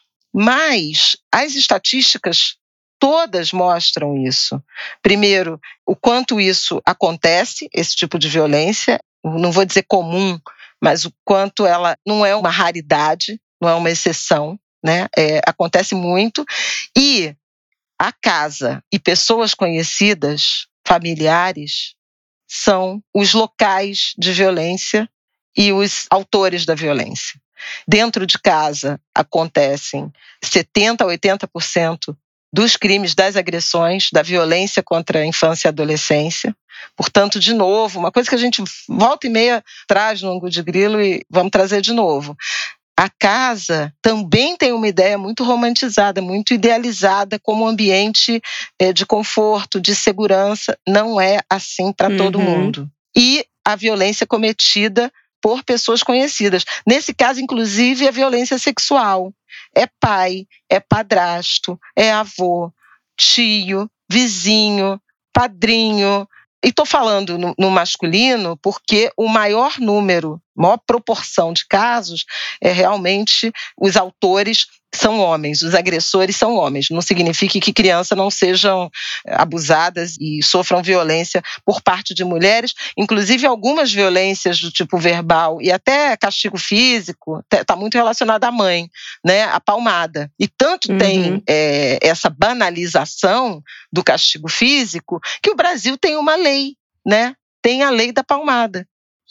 mas as estatísticas todas mostram isso. Primeiro, o quanto isso acontece, esse tipo de violência, não vou dizer comum, mas o quanto ela não é uma raridade, não é uma exceção, né? É, acontece muito. E a casa e pessoas conhecidas, familiares, são os locais de violência e os autores da violência. Dentro de casa acontecem setenta por cento a oitenta por cento dos crimes, das agressões, da violência contra a infância e a adolescência. Portanto, de novo, uma coisa que a gente volta e meia traz no ângulo de grilo e vamos trazer de novo. A casa também tem uma ideia muito romantizada, muito idealizada como um ambiente de conforto, de segurança. Não é assim para uhum. todo mundo. E a violência cometida por pessoas conhecidas. Nesse caso, inclusive, a violência sexual. É pai, é padrasto, é avô, tio, vizinho, padrinho. E estou falando no, no masculino porque o maior número, maior proporção de casos é realmente os autores são homens, os agressores são homens. Não significa que crianças não sejam abusadas e sofram violência por parte de mulheres, inclusive algumas violências do tipo verbal e até castigo físico, está muito relacionado à mãe, né? A palmada. E tanto uhum. tem é, essa banalização do castigo físico que o Brasil tem uma lei, né? Tem a lei da palmada.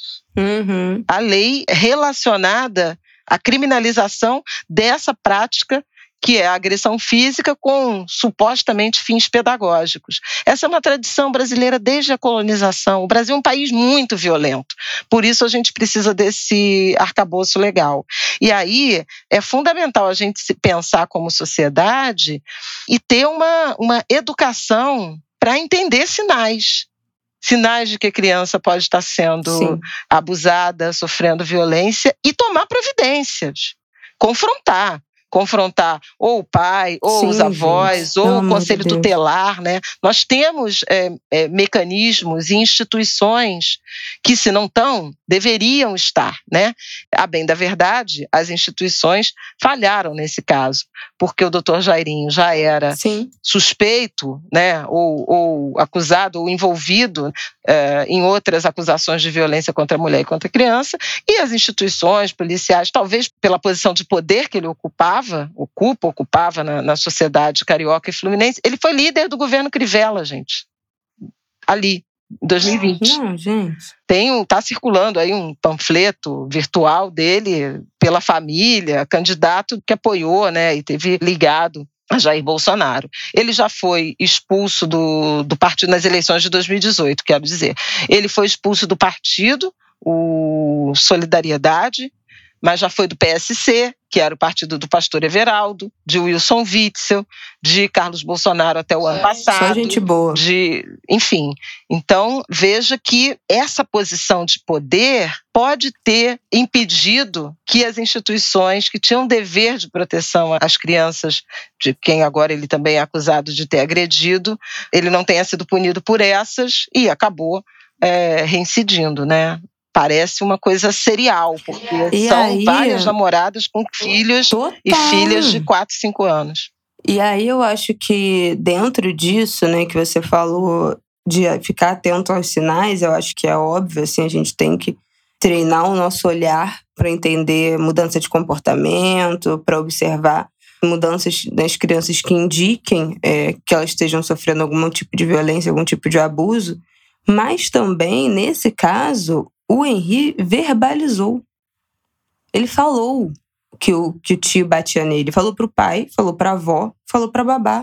Uhum. A lei relacionada à criminalização dessa prática que é a agressão física com supostamente fins pedagógicos. Essa é uma tradição brasileira desde a colonização. O Brasil é um país muito violento, por isso a gente precisa desse arcabouço legal. E aí é fundamental a gente se pensar como sociedade e ter uma, uma educação para entender sinais. Sinais de que a criança pode estar sendo Sim. abusada, sofrendo violência e tomar providências, confrontar. confrontar ou o pai, ou Sim, os avós, gente, ou o de conselho Deus. tutelar, né? Nós temos é, é, mecanismos e instituições que, se não estão, deveriam estar, né? A bem da verdade, as instituições falharam nesse caso, porque o doutor Jairinho já era Sim. suspeito, né, ou, ou acusado, ou envolvido é, em outras acusações de violência contra a mulher e contra a criança, e as instituições policiais, talvez pela posição de poder que ele ocupava, ocupa, ocupava na, na sociedade carioca e fluminense, ele foi líder do governo Crivella, gente, ali, em dois mil e vinte. Não, gente. Tem um, tá circulando aí um panfleto virtual dele pela família, candidato que apoiou, né, e teve ligado a Jair Bolsonaro. Ele já foi expulso do, do partido nas eleições de dois mil e dezoito, quero dizer. Ele foi expulso do partido, o Solidariedade, mas já foi do P S C, que era o partido do pastor Everaldo, de Wilson Witzel, de Carlos Bolsonaro até o ano passado. Só gente boa. De, enfim, então veja que essa posição de poder pode ter impedido que as instituições que tinham dever de proteção às crianças, de quem agora ele também é acusado de ter agredido, ele não tenha sido punido por essas e acabou é, reincidindo, né? Parece uma coisa serial, porque E são aí, várias namoradas com filhos total. e filhas de quatro, cinco anos. E aí eu acho que dentro disso, né, que você falou de ficar atento aos sinais, eu acho que é óbvio, assim, a gente tem que treinar o nosso olhar para entender mudança de comportamento, para observar mudanças das crianças que indiquem é, que elas estejam sofrendo algum tipo de violência, algum tipo de abuso. Mas também, nesse caso, o Henri verbalizou. Ele falou que o, que o tio batia nele. Falou pro pai, falou pra avó, falou pra babá.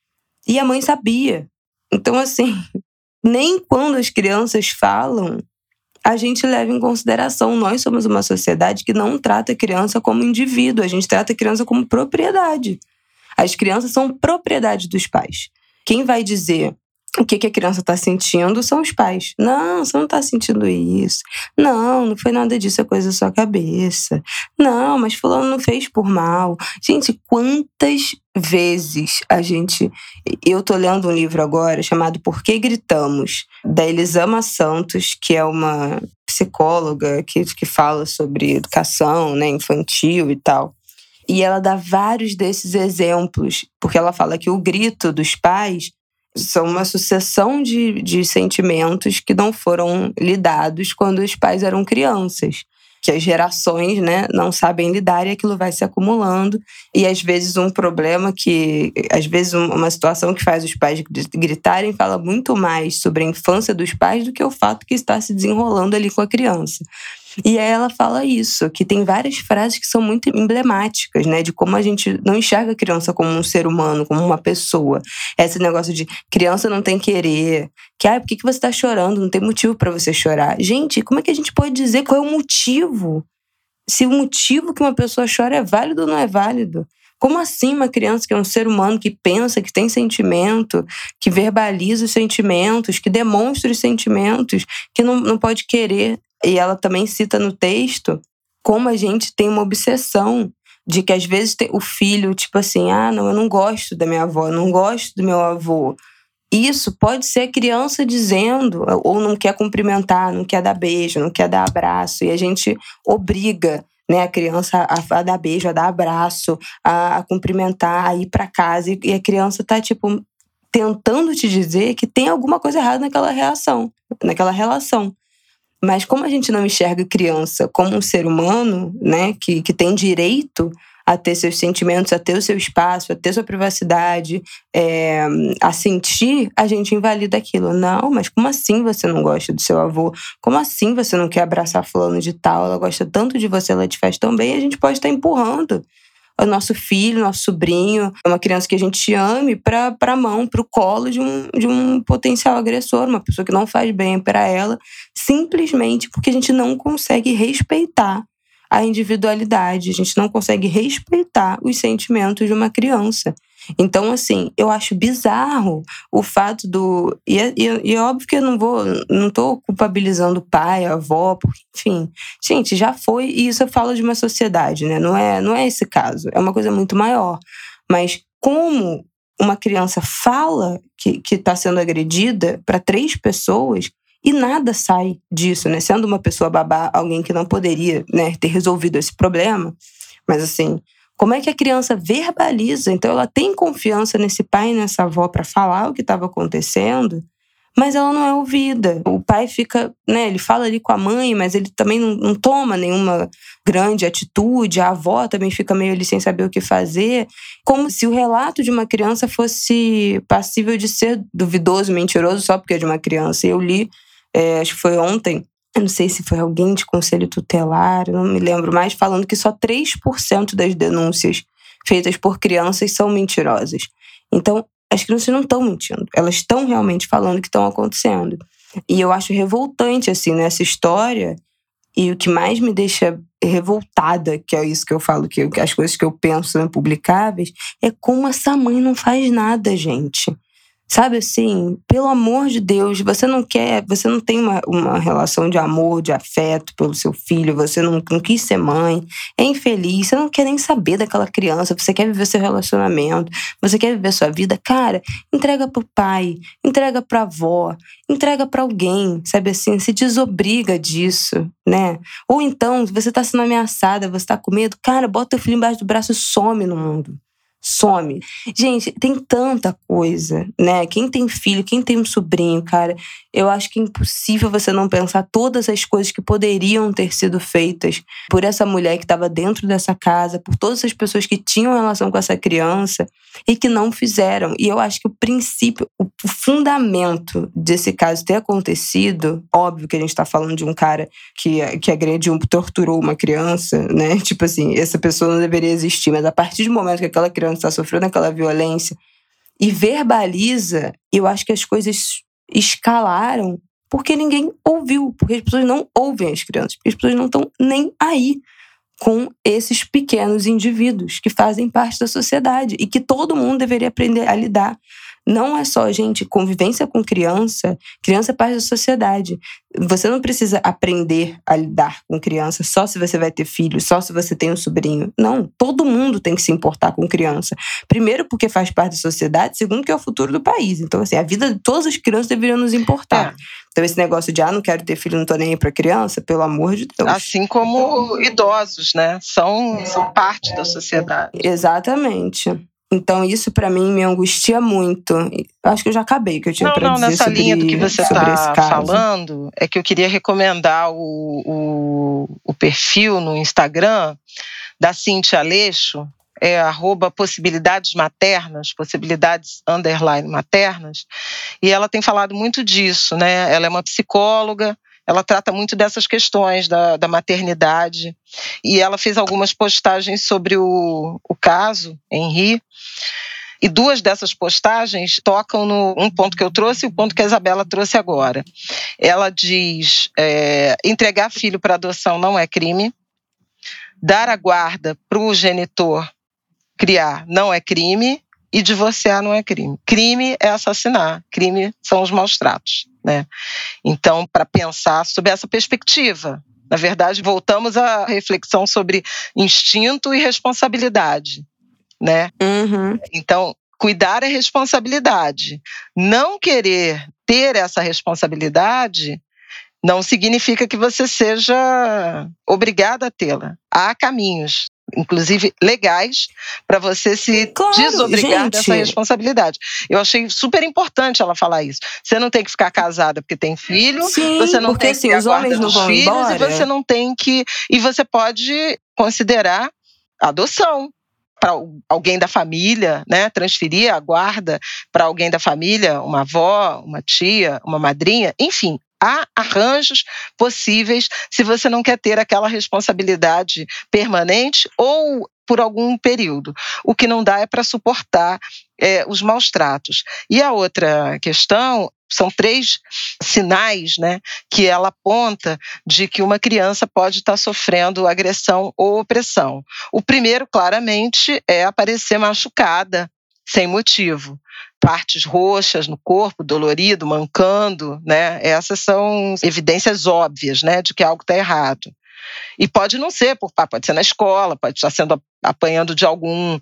E a mãe sabia. Então, assim, nem quando as crianças falam, a gente leva em consideração. Nós somos uma sociedade que não trata a criança como indivíduo. A gente trata a criança como propriedade. As crianças são propriedade dos pais. Quem vai dizer o que, que a criança está sentindo são os pais. Não, você não está sentindo isso. Não, não foi nada disso, é coisa da sua cabeça. Não, mas fulano não fez por mal. Gente, quantas vezes a gente... Eu tô lendo um livro agora chamado Por que Gritamos?, da Elisama Santos, que é uma psicóloga que, que fala sobre educação, né, infantil e tal. E ela dá vários desses exemplos, porque ela fala que o grito dos pais são uma sucessão de, de sentimentos que não foram lidados quando os pais eram crianças. Que as gerações, né, não sabem lidar e aquilo vai se acumulando. E às vezes um problema que... Às vezes uma situação que faz os pais gritarem fala muito mais sobre a infância dos pais do que o fato que está se desenrolando ali com a criança. E aí ela fala isso, que tem várias frases que são muito emblemáticas, né? De como a gente não enxerga a criança como um ser humano, como uma pessoa. Esse negócio de criança não tem querer, que, ah, por que você tá chorando? Não tem motivo para você chorar. Gente, como é que a gente pode dizer qual é o motivo? Se o motivo que uma pessoa chora é válido ou não é válido? Como assim uma criança que é um ser humano, que pensa, que tem sentimento, que verbaliza os sentimentos, que demonstra os sentimentos, que não, não pode querer? E ela também cita no texto como a gente tem uma obsessão de que às vezes tem o filho, tipo assim, ah, não, eu não gosto da minha avó, eu não gosto do meu avô. Isso pode ser a criança dizendo, ou não quer cumprimentar, não quer dar beijo, não quer dar abraço, e a gente obriga, né, a criança a, a dar beijo, a dar abraço, a, a cumprimentar, a ir para casa, e, e a criança tá, tipo, tentando te dizer que tem alguma coisa errada naquela reação, naquela relação. Mas como a gente não enxerga criança como um ser humano, né, que, que tem direito a ter seus sentimentos, a ter o seu espaço, a ter sua privacidade, é, a sentir, a gente invalida aquilo. Não, mas como assim você não gosta do seu avô? Como assim você não quer abraçar fulano de tal? Ela gosta tanto de você, ela te faz tão bem, a gente pode estar empurrando o nosso filho, nosso sobrinho, uma criança que a gente ame, para a mão, para o colo de um, de um potencial agressor, uma pessoa que não faz bem para ela, simplesmente porque a gente não consegue respeitar a individualidade, a gente não consegue respeitar os sentimentos de uma criança. Então, assim, eu acho bizarro o fato do... E é, e, e é óbvio que eu não vou... Não tô culpabilizando o pai, a avó, porque, enfim... Gente, já foi, e isso eu falo de uma sociedade, né? Não é, não é esse caso, é uma coisa muito maior. Mas como uma criança fala que que está sendo agredida para três pessoas e nada sai disso, né? Sendo uma pessoa babá, alguém que não poderia, né, ter resolvido esse problema. Mas, assim, como é que a criança verbaliza? Então, ela tem confiança nesse pai e nessa avó para falar o que estava acontecendo, mas ela não é ouvida. O pai fica, né, ele fala ali com a mãe, mas ele também não, não toma nenhuma grande atitude. A avó também fica meio ali sem saber o que fazer. Como se o relato de uma criança fosse passível de ser duvidoso, mentiroso, só porque é de uma criança. E eu li, é, acho que foi ontem, eu não sei se foi alguém de conselho tutelar, não me lembro mais, falando que só três por cento das denúncias feitas por crianças são mentirosas. Então, as crianças não estão mentindo, elas estão realmente falando o que estão acontecendo. E eu acho revoltante, assim, nessa história, e o que mais me deixa revoltada, que é isso que eu falo, que as coisas que eu penso são impublicáveis, é como essa mãe não faz nada, gente. Sabe assim, pelo amor de Deus, você não quer, você não tem uma, uma relação de amor, de afeto pelo seu filho, você não, não quis ser mãe, é infeliz, você não quer nem saber daquela criança, você quer viver seu relacionamento, você quer viver sua vida, cara, entrega pro pai, entrega pra avó, entrega pra alguém, sabe assim, se desobriga disso, né? Ou então, você tá sendo ameaçada, você tá com medo, cara, bota teu filho embaixo do braço e some no mundo. Some. Gente, tem tanta coisa, né? Quem tem filho, quem tem um sobrinho, cara, eu acho que é impossível você não pensar todas as coisas que poderiam ter sido feitas por essa mulher que estava dentro dessa casa, por todas as pessoas que tinham relação com essa criança e que não fizeram. E eu acho que o princípio, o fundamento desse caso ter acontecido, óbvio que a gente está falando de um cara que, que agrediu, torturou uma criança, né? Tipo assim, essa pessoa não deveria existir, mas a partir do momento que aquela criança está sofrendo aquela violência e verbaliza, eu acho que as coisas escalaram porque ninguém ouviu, porque as pessoas não ouvem as crianças, porque as pessoas não estão nem aí com esses pequenos indivíduos que fazem parte da sociedade e que todo mundo deveria aprender a lidar. Não é só, gente, convivência com criança, criança é parte da sociedade. Você não precisa aprender a lidar com criança só se você vai ter filho, só se você tem um sobrinho. Não, todo mundo tem que se importar com criança. Primeiro porque faz parte da sociedade, segundo que é o futuro do país. Então, assim, a vida de todas as crianças deveriam nos importar. É. Então, esse negócio de, ah, não quero ter filho, não tô nem aí pra criança, pelo amor de Deus. Assim como idosos, né? São, são parte da sociedade. Exatamente. Então, isso pra mim me angustia muito. Acho que eu já acabei o que eu tinha não, pra não, dizer nessa sobre, linha do que você está falando, é que eu queria recomendar o, o, o perfil no Instagram da Cíntia Aleixo, é arroba possibilidades maternas, possibilidades underline maternas, e ela tem falado muito disso, né? Ela é uma psicóloga, ela trata muito dessas questões da, da maternidade, e ela fez algumas postagens sobre o, o caso, Henri, e duas dessas postagens tocam no um ponto que eu trouxe e o ponto que a Isabela trouxe agora. Ela diz, é, entregar filho para adoção não é crime, dar a guarda para o genitor criar não é crime e divorciar não é crime. Crime é assassinar, crime são os maus tratos, né? Então, para pensar sobre essa perspectiva, na verdade, voltamos à reflexão sobre instinto e responsabilidade, né? Uhum. Então, cuidar é responsabilidade. Não querer ter essa responsabilidade não significa que você seja obrigada a tê-la. Há caminhos, inclusive legais, para você se claro, desobrigar gente. dessa responsabilidade. Eu achei super importante ela falar isso. Você não tem que ficar casada porque tem filho, Sim, você não porque, tem assim, que ir à os guarda homens não dos vão filhos embora. e você não tem que... E você pode considerar adoção para alguém da família, né? Transferir a guarda para alguém da família, uma avó, uma tia, uma madrinha, enfim. Há arranjos possíveis se você não quer ter aquela responsabilidade permanente ou por algum período. O que não dá é para suportar é, os maus tratos. E a outra questão são três sinais, né, que ela aponta de que uma criança pode estar sofrendo agressão ou opressão. O primeiro, claramente, é aparecer machucada, sem motivo. Partes roxas no corpo, dolorido, mancando, né? Essas são evidências óbvias, né, de que algo está errado. E pode não ser, pode ser na escola, pode estar sendo apanhando de algum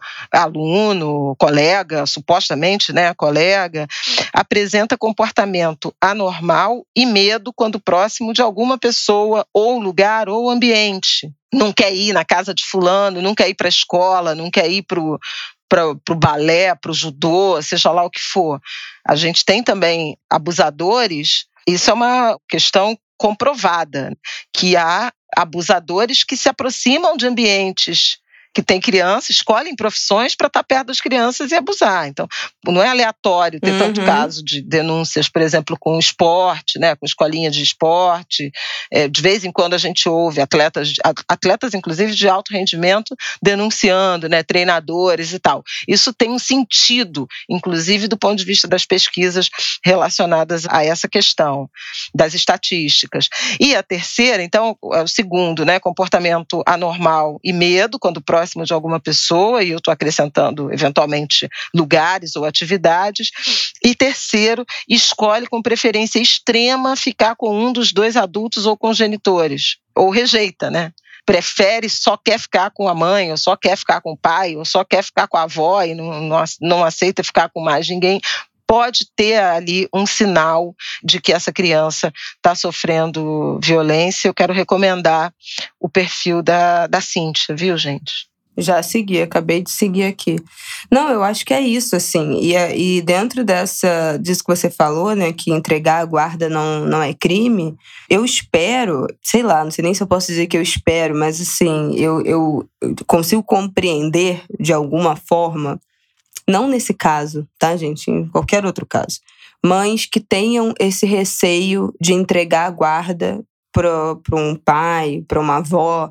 aluno, colega, supostamente, né, colega. Apresenta comportamento anormal e medo quando próximo de alguma pessoa, ou lugar, ou ambiente. Não quer ir na casa de fulano, não quer ir para a escola, não quer ir para o para o balé, para o judô, seja lá o que for. A gente tem também abusadores, isso é uma questão comprovada, que há abusadores que se aproximam de ambientes que tem criança, escolhem profissões para estar perto das crianças e abusar. Então, não é aleatório ter Uhum. tanto caso de denúncias, por exemplo, com esporte, né, com escolinha de esporte. É, de vez em quando a gente ouve atletas, atletas inclusive de alto rendimento, denunciando, né, treinadores e tal. Isso tem um sentido, inclusive do ponto de vista das pesquisas relacionadas a essa questão, das estatísticas. E a terceira, então, é o segundo, né, comportamento anormal e medo, quando próximo de alguma pessoa, e eu estou acrescentando, eventualmente, lugares ou atividades. E terceiro, escolhe com preferência extrema ficar com um dos dois adultos ou congenitores, ou rejeita, né? Prefere, só quer ficar com a mãe, ou só quer ficar com o pai, ou só quer ficar com a avó e não, não, não aceita ficar com mais ninguém. Pode ter ali um sinal de que essa criança está sofrendo violência. Eu quero recomendar o perfil da, da Cíntia, viu, gente? Já segui, acabei de seguir aqui. Não, eu acho que é isso, assim. E, e dentro dessa, disso que você falou, né, que entregar a guarda não, não é crime, eu espero, sei lá, não sei nem se eu posso dizer que eu espero, mas assim, eu, eu, eu consigo compreender de alguma forma, não nesse caso, tá, gente? Em qualquer outro caso. Mães que tenham esse receio de entregar a guarda para um pai, para uma avó,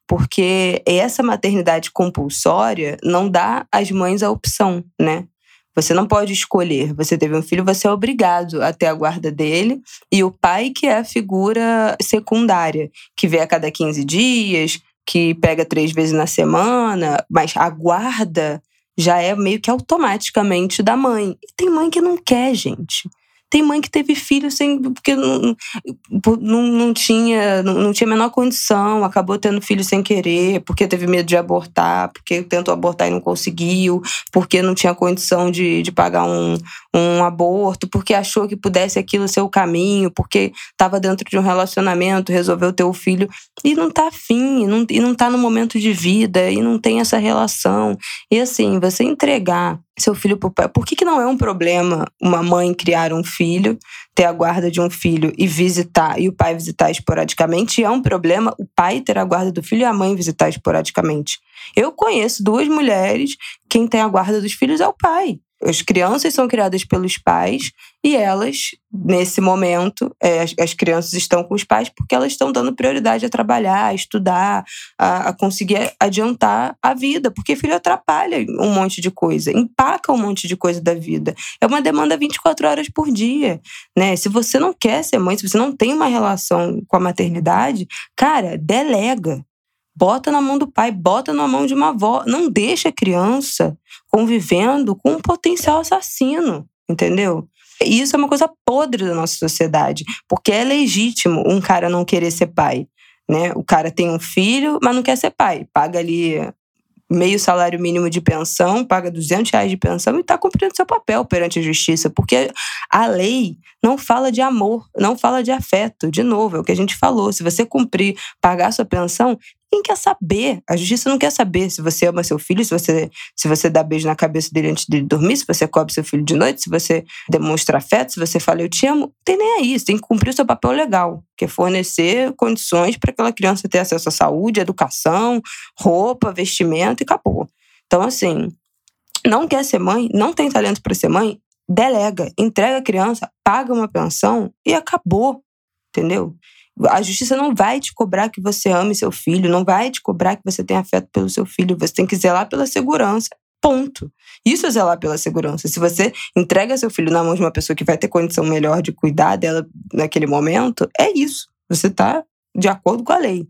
porque essa maternidade compulsória não dá às mães a opção, né? Você não pode escolher. Você teve um filho, você é obrigado a ter a guarda dele, e o pai que é a figura secundária, que vê a cada quinze dias, que pega três vezes na semana, mas a guarda já é meio que automaticamente da mãe. E tem mãe que não quer, gente. Tem mãe que teve filho sem, porque não, não, não, tinha, não, não tinha a menor condição, acabou tendo filho sem querer, porque teve medo de abortar, porque tentou abortar e não conseguiu, porque não tinha condição de, de pagar um, um aborto, porque achou que pudesse aquilo ser o caminho, porque estava dentro de um relacionamento, resolveu ter o filho, e não tá afim, e não, e não tá no momento de vida, e não tem essa relação. E assim, você entregar seu filho pro pai. Por que que não é um problema uma mãe criar um filho, ter a guarda de um filho e visitar, e o pai visitar esporadicamente? E é um problema o pai ter a guarda do filho e a mãe visitar esporadicamente. Eu conheço duas mulheres, quem tem a guarda dos filhos é o pai. As crianças são criadas pelos pais e elas, nesse momento, é, as, as crianças estão com os pais porque elas estão dando prioridade a trabalhar, a estudar, a, a conseguir adiantar a vida, porque filho atrapalha um monte de coisa, empaca um monte de coisa da vida. É uma demanda vinte e quatro horas por dia, né? Se você não quer ser mãe, se você não tem uma relação com a maternidade, cara, delega. Bota na mão do pai, bota na mão de uma avó. Não deixa a criança convivendo com um potencial assassino, entendeu? E isso é uma coisa podre da nossa sociedade, porque é legítimo um cara não querer ser pai, né? O cara tem um filho, mas não quer ser pai. Paga ali meio salário mínimo de pensão, paga duzentos reais de pensão e está cumprindo seu papel perante a justiça, porque a lei não fala de amor, não fala de afeto. De novo, é o que a gente falou, se você cumprir, pagar sua pensão, quem quer saber? A justiça não quer saber se você ama seu filho, se você, se você dá beijo na cabeça dele antes de dormir, se você cobre seu filho de noite, se você demonstra afeto, se você fala eu te amo. Não tem nem aí, você tem que cumprir o seu papel legal, que é fornecer condições para aquela criança ter acesso à saúde, educação, roupa, vestimento e acabou. Então, assim, não quer ser mãe, não tem talento para ser mãe, delega, entrega a criança, paga uma pensão e acabou, entendeu? A justiça não vai te cobrar que você ame seu filho, não vai te cobrar que você tenha afeto pelo seu filho. Você tem que zelar pela segurança, ponto. Isso é zelar pela segurança. Se você entrega seu filho na mão de uma pessoa que vai ter condição melhor de cuidar dela naquele momento, é isso. Você está de acordo com a lei.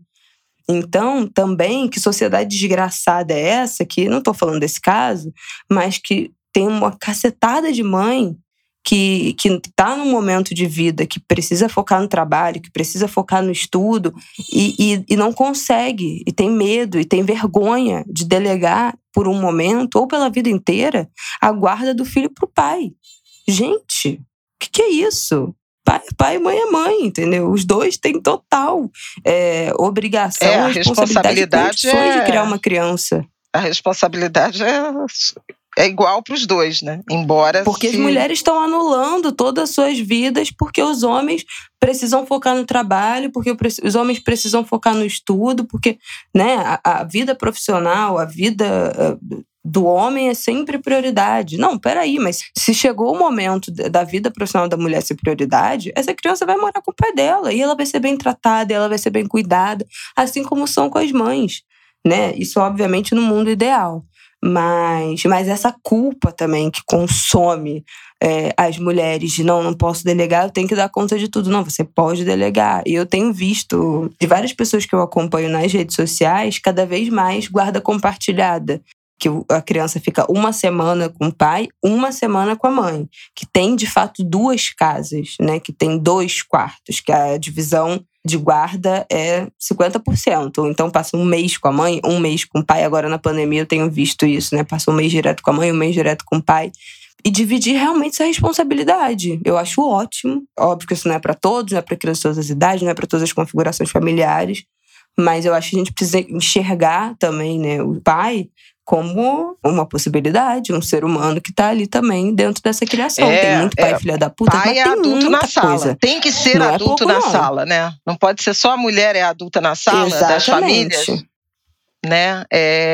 Então, também, que sociedade desgraçada é essa, que não estou falando desse caso, mas que tem uma cacetada de mãe que, que tá num momento de vida que precisa focar no trabalho, que precisa focar no estudo e, e, e não consegue, e tem medo, e tem vergonha de delegar por um momento ou pela vida inteira a guarda do filho pro pai. Gente, o que, que é isso? Pai é pai, mãe é mãe, entendeu? Os dois têm total é, obrigação É, a e responsabilidade, responsabilidade e condições é... de criar uma criança. A responsabilidade é, é igual para os dois, né? Embora Porque se... as mulheres estão anulando todas as suas vidas porque os homens precisam focar no trabalho, porque os homens precisam focar no estudo, porque, né, a, a vida profissional, a vida uh, do homem é sempre prioridade. Não, peraí, mas se chegou o momento da vida profissional da mulher ser prioridade, essa criança vai morar com o pai dela e ela vai ser bem tratada, ela vai ser bem cuidada, assim como são com as mães, né? Isso, obviamente, no mundo ideal. Mas, mas essa culpa também que consome é, as mulheres de não, não posso delegar, eu tenho que dar conta de tudo. Não, você pode delegar. E eu tenho visto de várias pessoas que eu acompanho nas redes sociais, cada vez mais guarda compartilhada. Que a criança fica uma semana com o pai, uma semana com a mãe. Que tem, de fato, duas casas, né? Que tem dois quartos, que a divisão de guarda é cinquenta por cento. Então passa um mês com a mãe, um mês com o pai. Agora na pandemia eu tenho visto isso, né? Passa um mês direto com a mãe, um mês direto com o pai. E dividir realmente essa responsabilidade. Eu acho ótimo. Óbvio que isso não é para todos, não é para crianças de todas as idades, não é para todas as configurações familiares. Mas eu acho que a gente precisa enxergar também, né, o pai como uma possibilidade, um ser humano que tá ali também dentro dessa criação. É, tem muito pai é, filha da puta, pai mas é tem adulto muita na sala. coisa. Tem que ser não adulto é pouco, na não. sala, né? Não pode ser só a mulher é adulta na sala. Exatamente. Das famílias, né?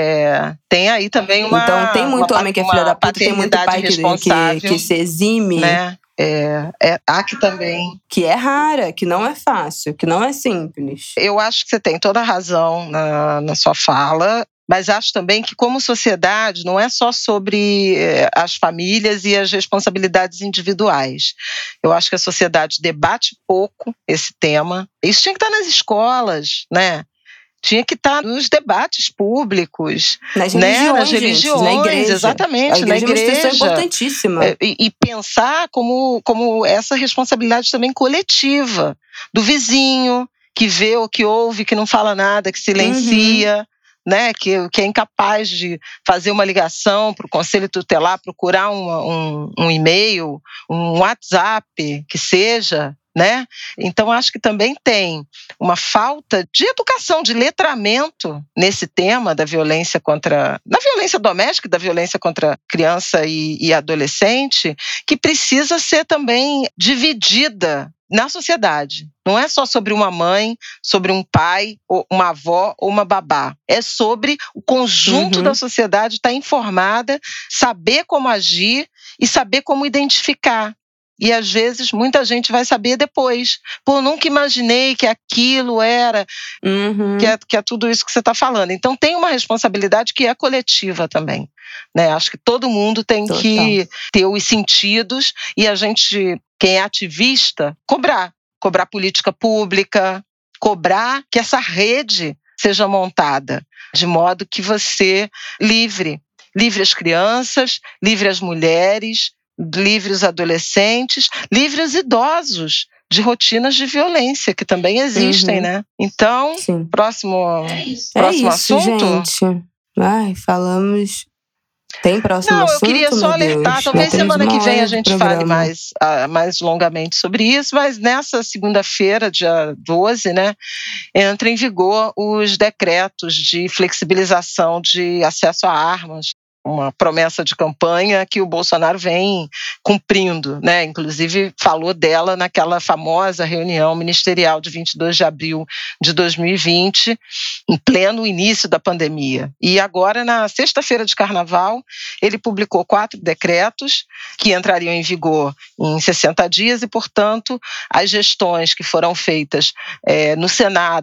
É, tem aí também uma Então tem muito uma, homem que é filha da puta, tem muito pai que, que, que se exime, né? É, é, há que também... Que é rara, que não é fácil, que não é simples. Eu acho que você tem toda a razão na, na sua fala, mas acho também que, como sociedade, não é só sobre as famílias e as responsabilidades individuais. Eu acho que a sociedade debate pouco esse tema. Isso tinha que estar nas escolas, né? Tinha que estar nos debates públicos, nas né? religiões, nas religiões, gente, na igreja. exatamente, a igreja na igreja. É uma instituição importantíssima. E, e pensar como, como essa responsabilidade também coletiva, do vizinho, que vê ou que ouve, que não fala nada, que silencia, uhum. né? que, que é incapaz de fazer uma ligação para o conselho tutelar, procurar uma, um, um e-mail, um WhatsApp, que seja... Né? Então, acho que também tem uma falta de educação, de letramento nesse tema da violência contra... da violência doméstica e da violência contra criança e, e adolescente, que precisa ser também dividida na sociedade. Não é só sobre uma mãe, sobre um pai, ou uma avó ou uma babá. É sobre o conjunto uhum. da sociedade estar informada, saber como agir e saber como identificar. E, às vezes, muita gente vai saber depois. Pô, nunca imaginei que aquilo era... Uhum. Que, é, que é tudo isso que você está falando. Então, tem uma responsabilidade que é coletiva também. Né? Acho que todo mundo tem Total. que ter os sentidos e a gente, quem é ativista, cobrar. Cobrar política pública, cobrar que essa rede seja montada de modo que você livre. Livre as crianças, livre as mulheres... livre os adolescentes, livre os idosos de rotinas de violência, que também existem, uhum. né? Então, Sim. próximo, é isso. próximo é isso, assunto? Gente. Ai, falamos... Tem próximo Não, assunto, eu queria só alertar, Deus. talvez semana que vem a gente fale programa. mais, uh, mais longamente sobre isso, mas nessa segunda-feira, dia doze, né, entra em vigor os decretos de flexibilização de acesso a armas, uma promessa de campanha que o Bolsonaro vem cumprindo, né? Inclusive falou dela naquela famosa reunião ministerial de vinte e dois de abril de dois mil e vinte, em pleno início da pandemia. E agora, na sexta-feira de carnaval, ele publicou quatro decretos que entrariam em vigor em sessenta dias e, portanto, as gestões que foram feitas é, no Senado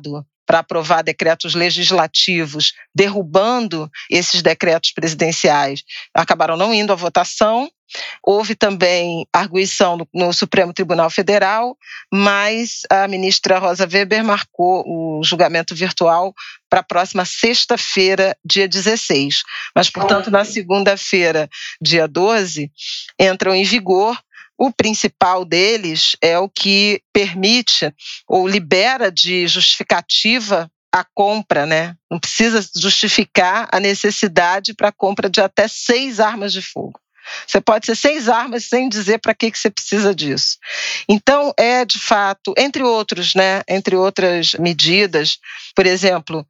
para aprovar decretos legislativos, derrubando esses decretos presidenciais, acabaram não indo à votação. Houve também arguição no, no Supremo Tribunal Federal, mas a ministra Rosa Weber marcou o julgamento virtual para a próxima sexta-feira, dia dezesseis. Mas, portanto, na segunda-feira, dia doze, entram em vigor. O principal deles é o que permite ou libera de justificativa a compra, né? Não precisa justificar a necessidade para a compra de até seis armas de fogo. Você pode ser seis armas sem dizer para que, que você precisa disso. Então, é de fato, entre outros, né? Entre outras medidas, por exemplo,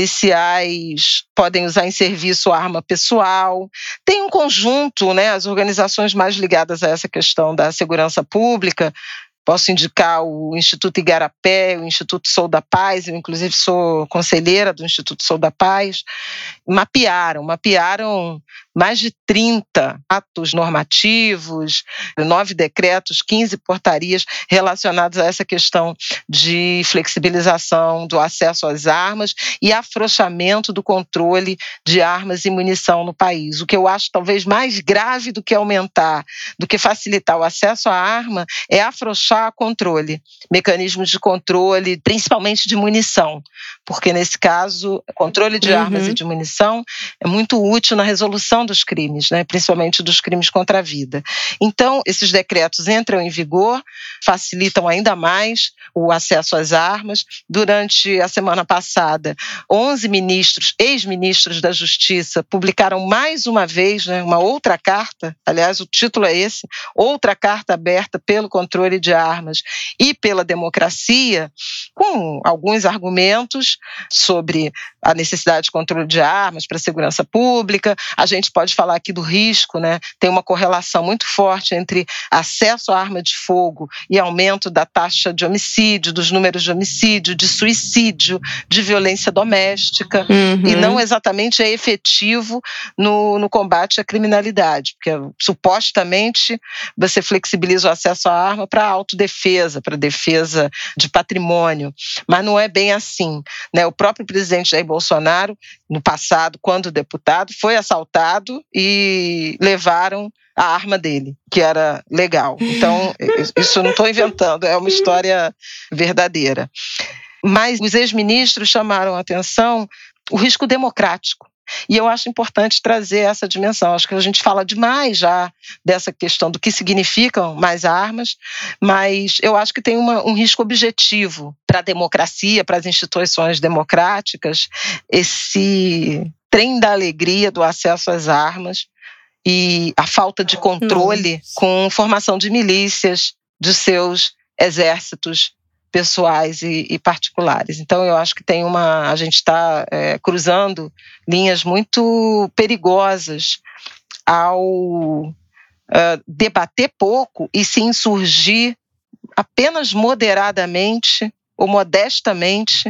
policiais podem usar em serviço arma pessoal. Tem um conjunto, né? As organizações mais ligadas a essa questão da segurança pública. Posso indicar o Instituto Igarapé, o Instituto Sou da Paz, eu inclusive sou conselheira do Instituto Sou da Paz, mapearam, mapearam mais de trinta atos normativos, nove decretos, quinze portarias relacionados a essa questão de flexibilização do acesso às armas e afrouxamento do controle de armas e munição no país. O que eu acho talvez mais grave do que aumentar, do que facilitar o acesso à arma, é afrouxar controle, mecanismos de controle, principalmente de munição, porque nesse caso, controle de Uhum. armas e de munição é muito útil na resolução dos crimes, né? Principalmente dos crimes contra a vida. Então, esses decretos entram em vigor, facilitam ainda mais o acesso às armas. Durante a semana passada, onze ministros, ex-ministros da Justiça, publicaram mais uma vez, né, uma outra carta, aliás, o título é esse, outra carta aberta pelo controle de armas e pela democracia, com alguns argumentos sobre a necessidade de controle de armas para a segurança pública. A gente pode falar aqui do risco, né? Tem uma correlação muito forte entre acesso à arma de fogo e aumento da taxa de homicídio, dos números de homicídio, de suicídio, de violência doméstica, Uhum. e não exatamente é efetivo no, no combate à criminalidade, porque supostamente você flexibiliza o acesso à arma para autodefesa, para defesa de patrimônio, mas não é bem assim, né? O próprio presidente Jair Bolsonaro, no passado, quando deputado, foi assaltado e levaram a arma dele, que era legal. Então, isso eu não estou inventando, é uma história verdadeira. Mas os ex-ministros chamaram a atenção o risco democrático. E eu acho importante trazer essa dimensão. Acho que a gente fala demais já dessa questão do que significam mais armas, mas eu acho que tem uma, um risco objetivo para a democracia, para as instituições democráticas, esse trem da alegria do acesso às armas e a falta de controle Nossa. com formação de milícias, de seus exércitos pessoais e, e particulares. Então, eu acho que tem uma, a gente está é, cruzando linhas muito perigosas ao uh, debater pouco e se insurgir apenas moderadamente ou modestamente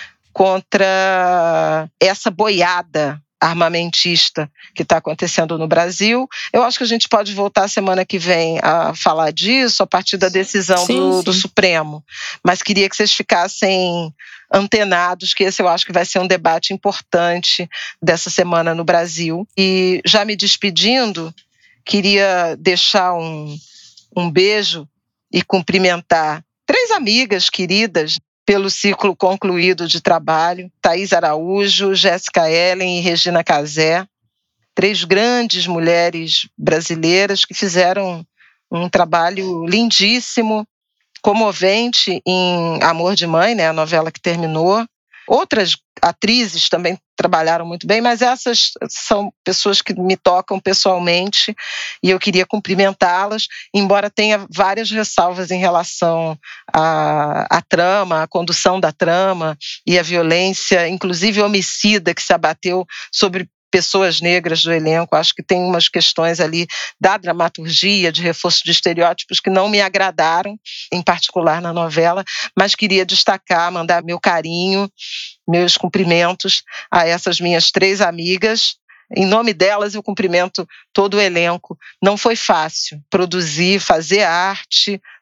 contra essa boiada armamentista que está acontecendo no Brasil. Eu acho que a gente pode voltar semana que vem a falar disso a partir da decisão Sim, do, sim. do Supremo, mas queria que vocês ficassem antenados, que esse eu acho que vai ser um debate importante dessa semana no Brasil. E já me despedindo, queria deixar um, um beijo e cumprimentar três amigas queridas pelo ciclo concluído de trabalho: Thaís Araújo, Jéssica Ellen e Regina Casé, três grandes mulheres brasileiras que fizeram um trabalho lindíssimo, comovente em Amor de Mãe, né, a novela que terminou. Outras atrizes também trabalharam muito bem, mas essas são pessoas que me tocam pessoalmente e eu queria cumprimentá-las, embora tenha várias ressalvas em relação à, à trama, à condução da trama e à violência, inclusive homicida, que se abateu sobre pessoas negras do elenco. Acho que tem umas questões ali da dramaturgia, de reforço de estereótipos que não me agradaram, em particular na novela, mas queria destacar, mandar meu carinho, meus cumprimentos a essas minhas três amigas. Em nome delas, eu cumprimento todo o elenco. Não foi fácil produzir, fazer arte,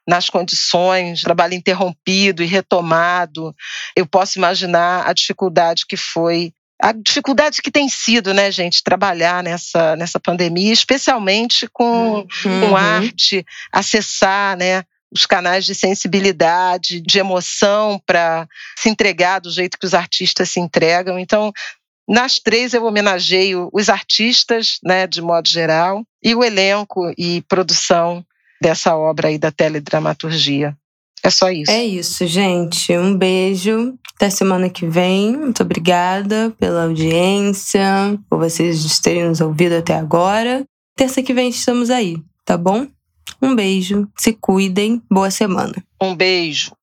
nas condições, trabalho interrompido e retomado. Eu posso imaginar a dificuldade que foi, a dificuldade que tem sido, né, gente, trabalhar nessa, nessa pandemia, especialmente com, uhum. com arte, acessar, né, os canais de sensibilidade, de emoção para se entregar do jeito que os artistas se entregam. Então, nas três eu homenageio os artistas, né, de modo geral, e o elenco e produção dessa obra aí da teledramaturgia. É só isso. É isso, gente. Um beijo. Até semana que vem. Muito obrigada pela audiência, por vocês terem nos ouvido até agora. Terça que vem estamos aí, tá bom? Um beijo. Se cuidem. Boa semana. Um beijo.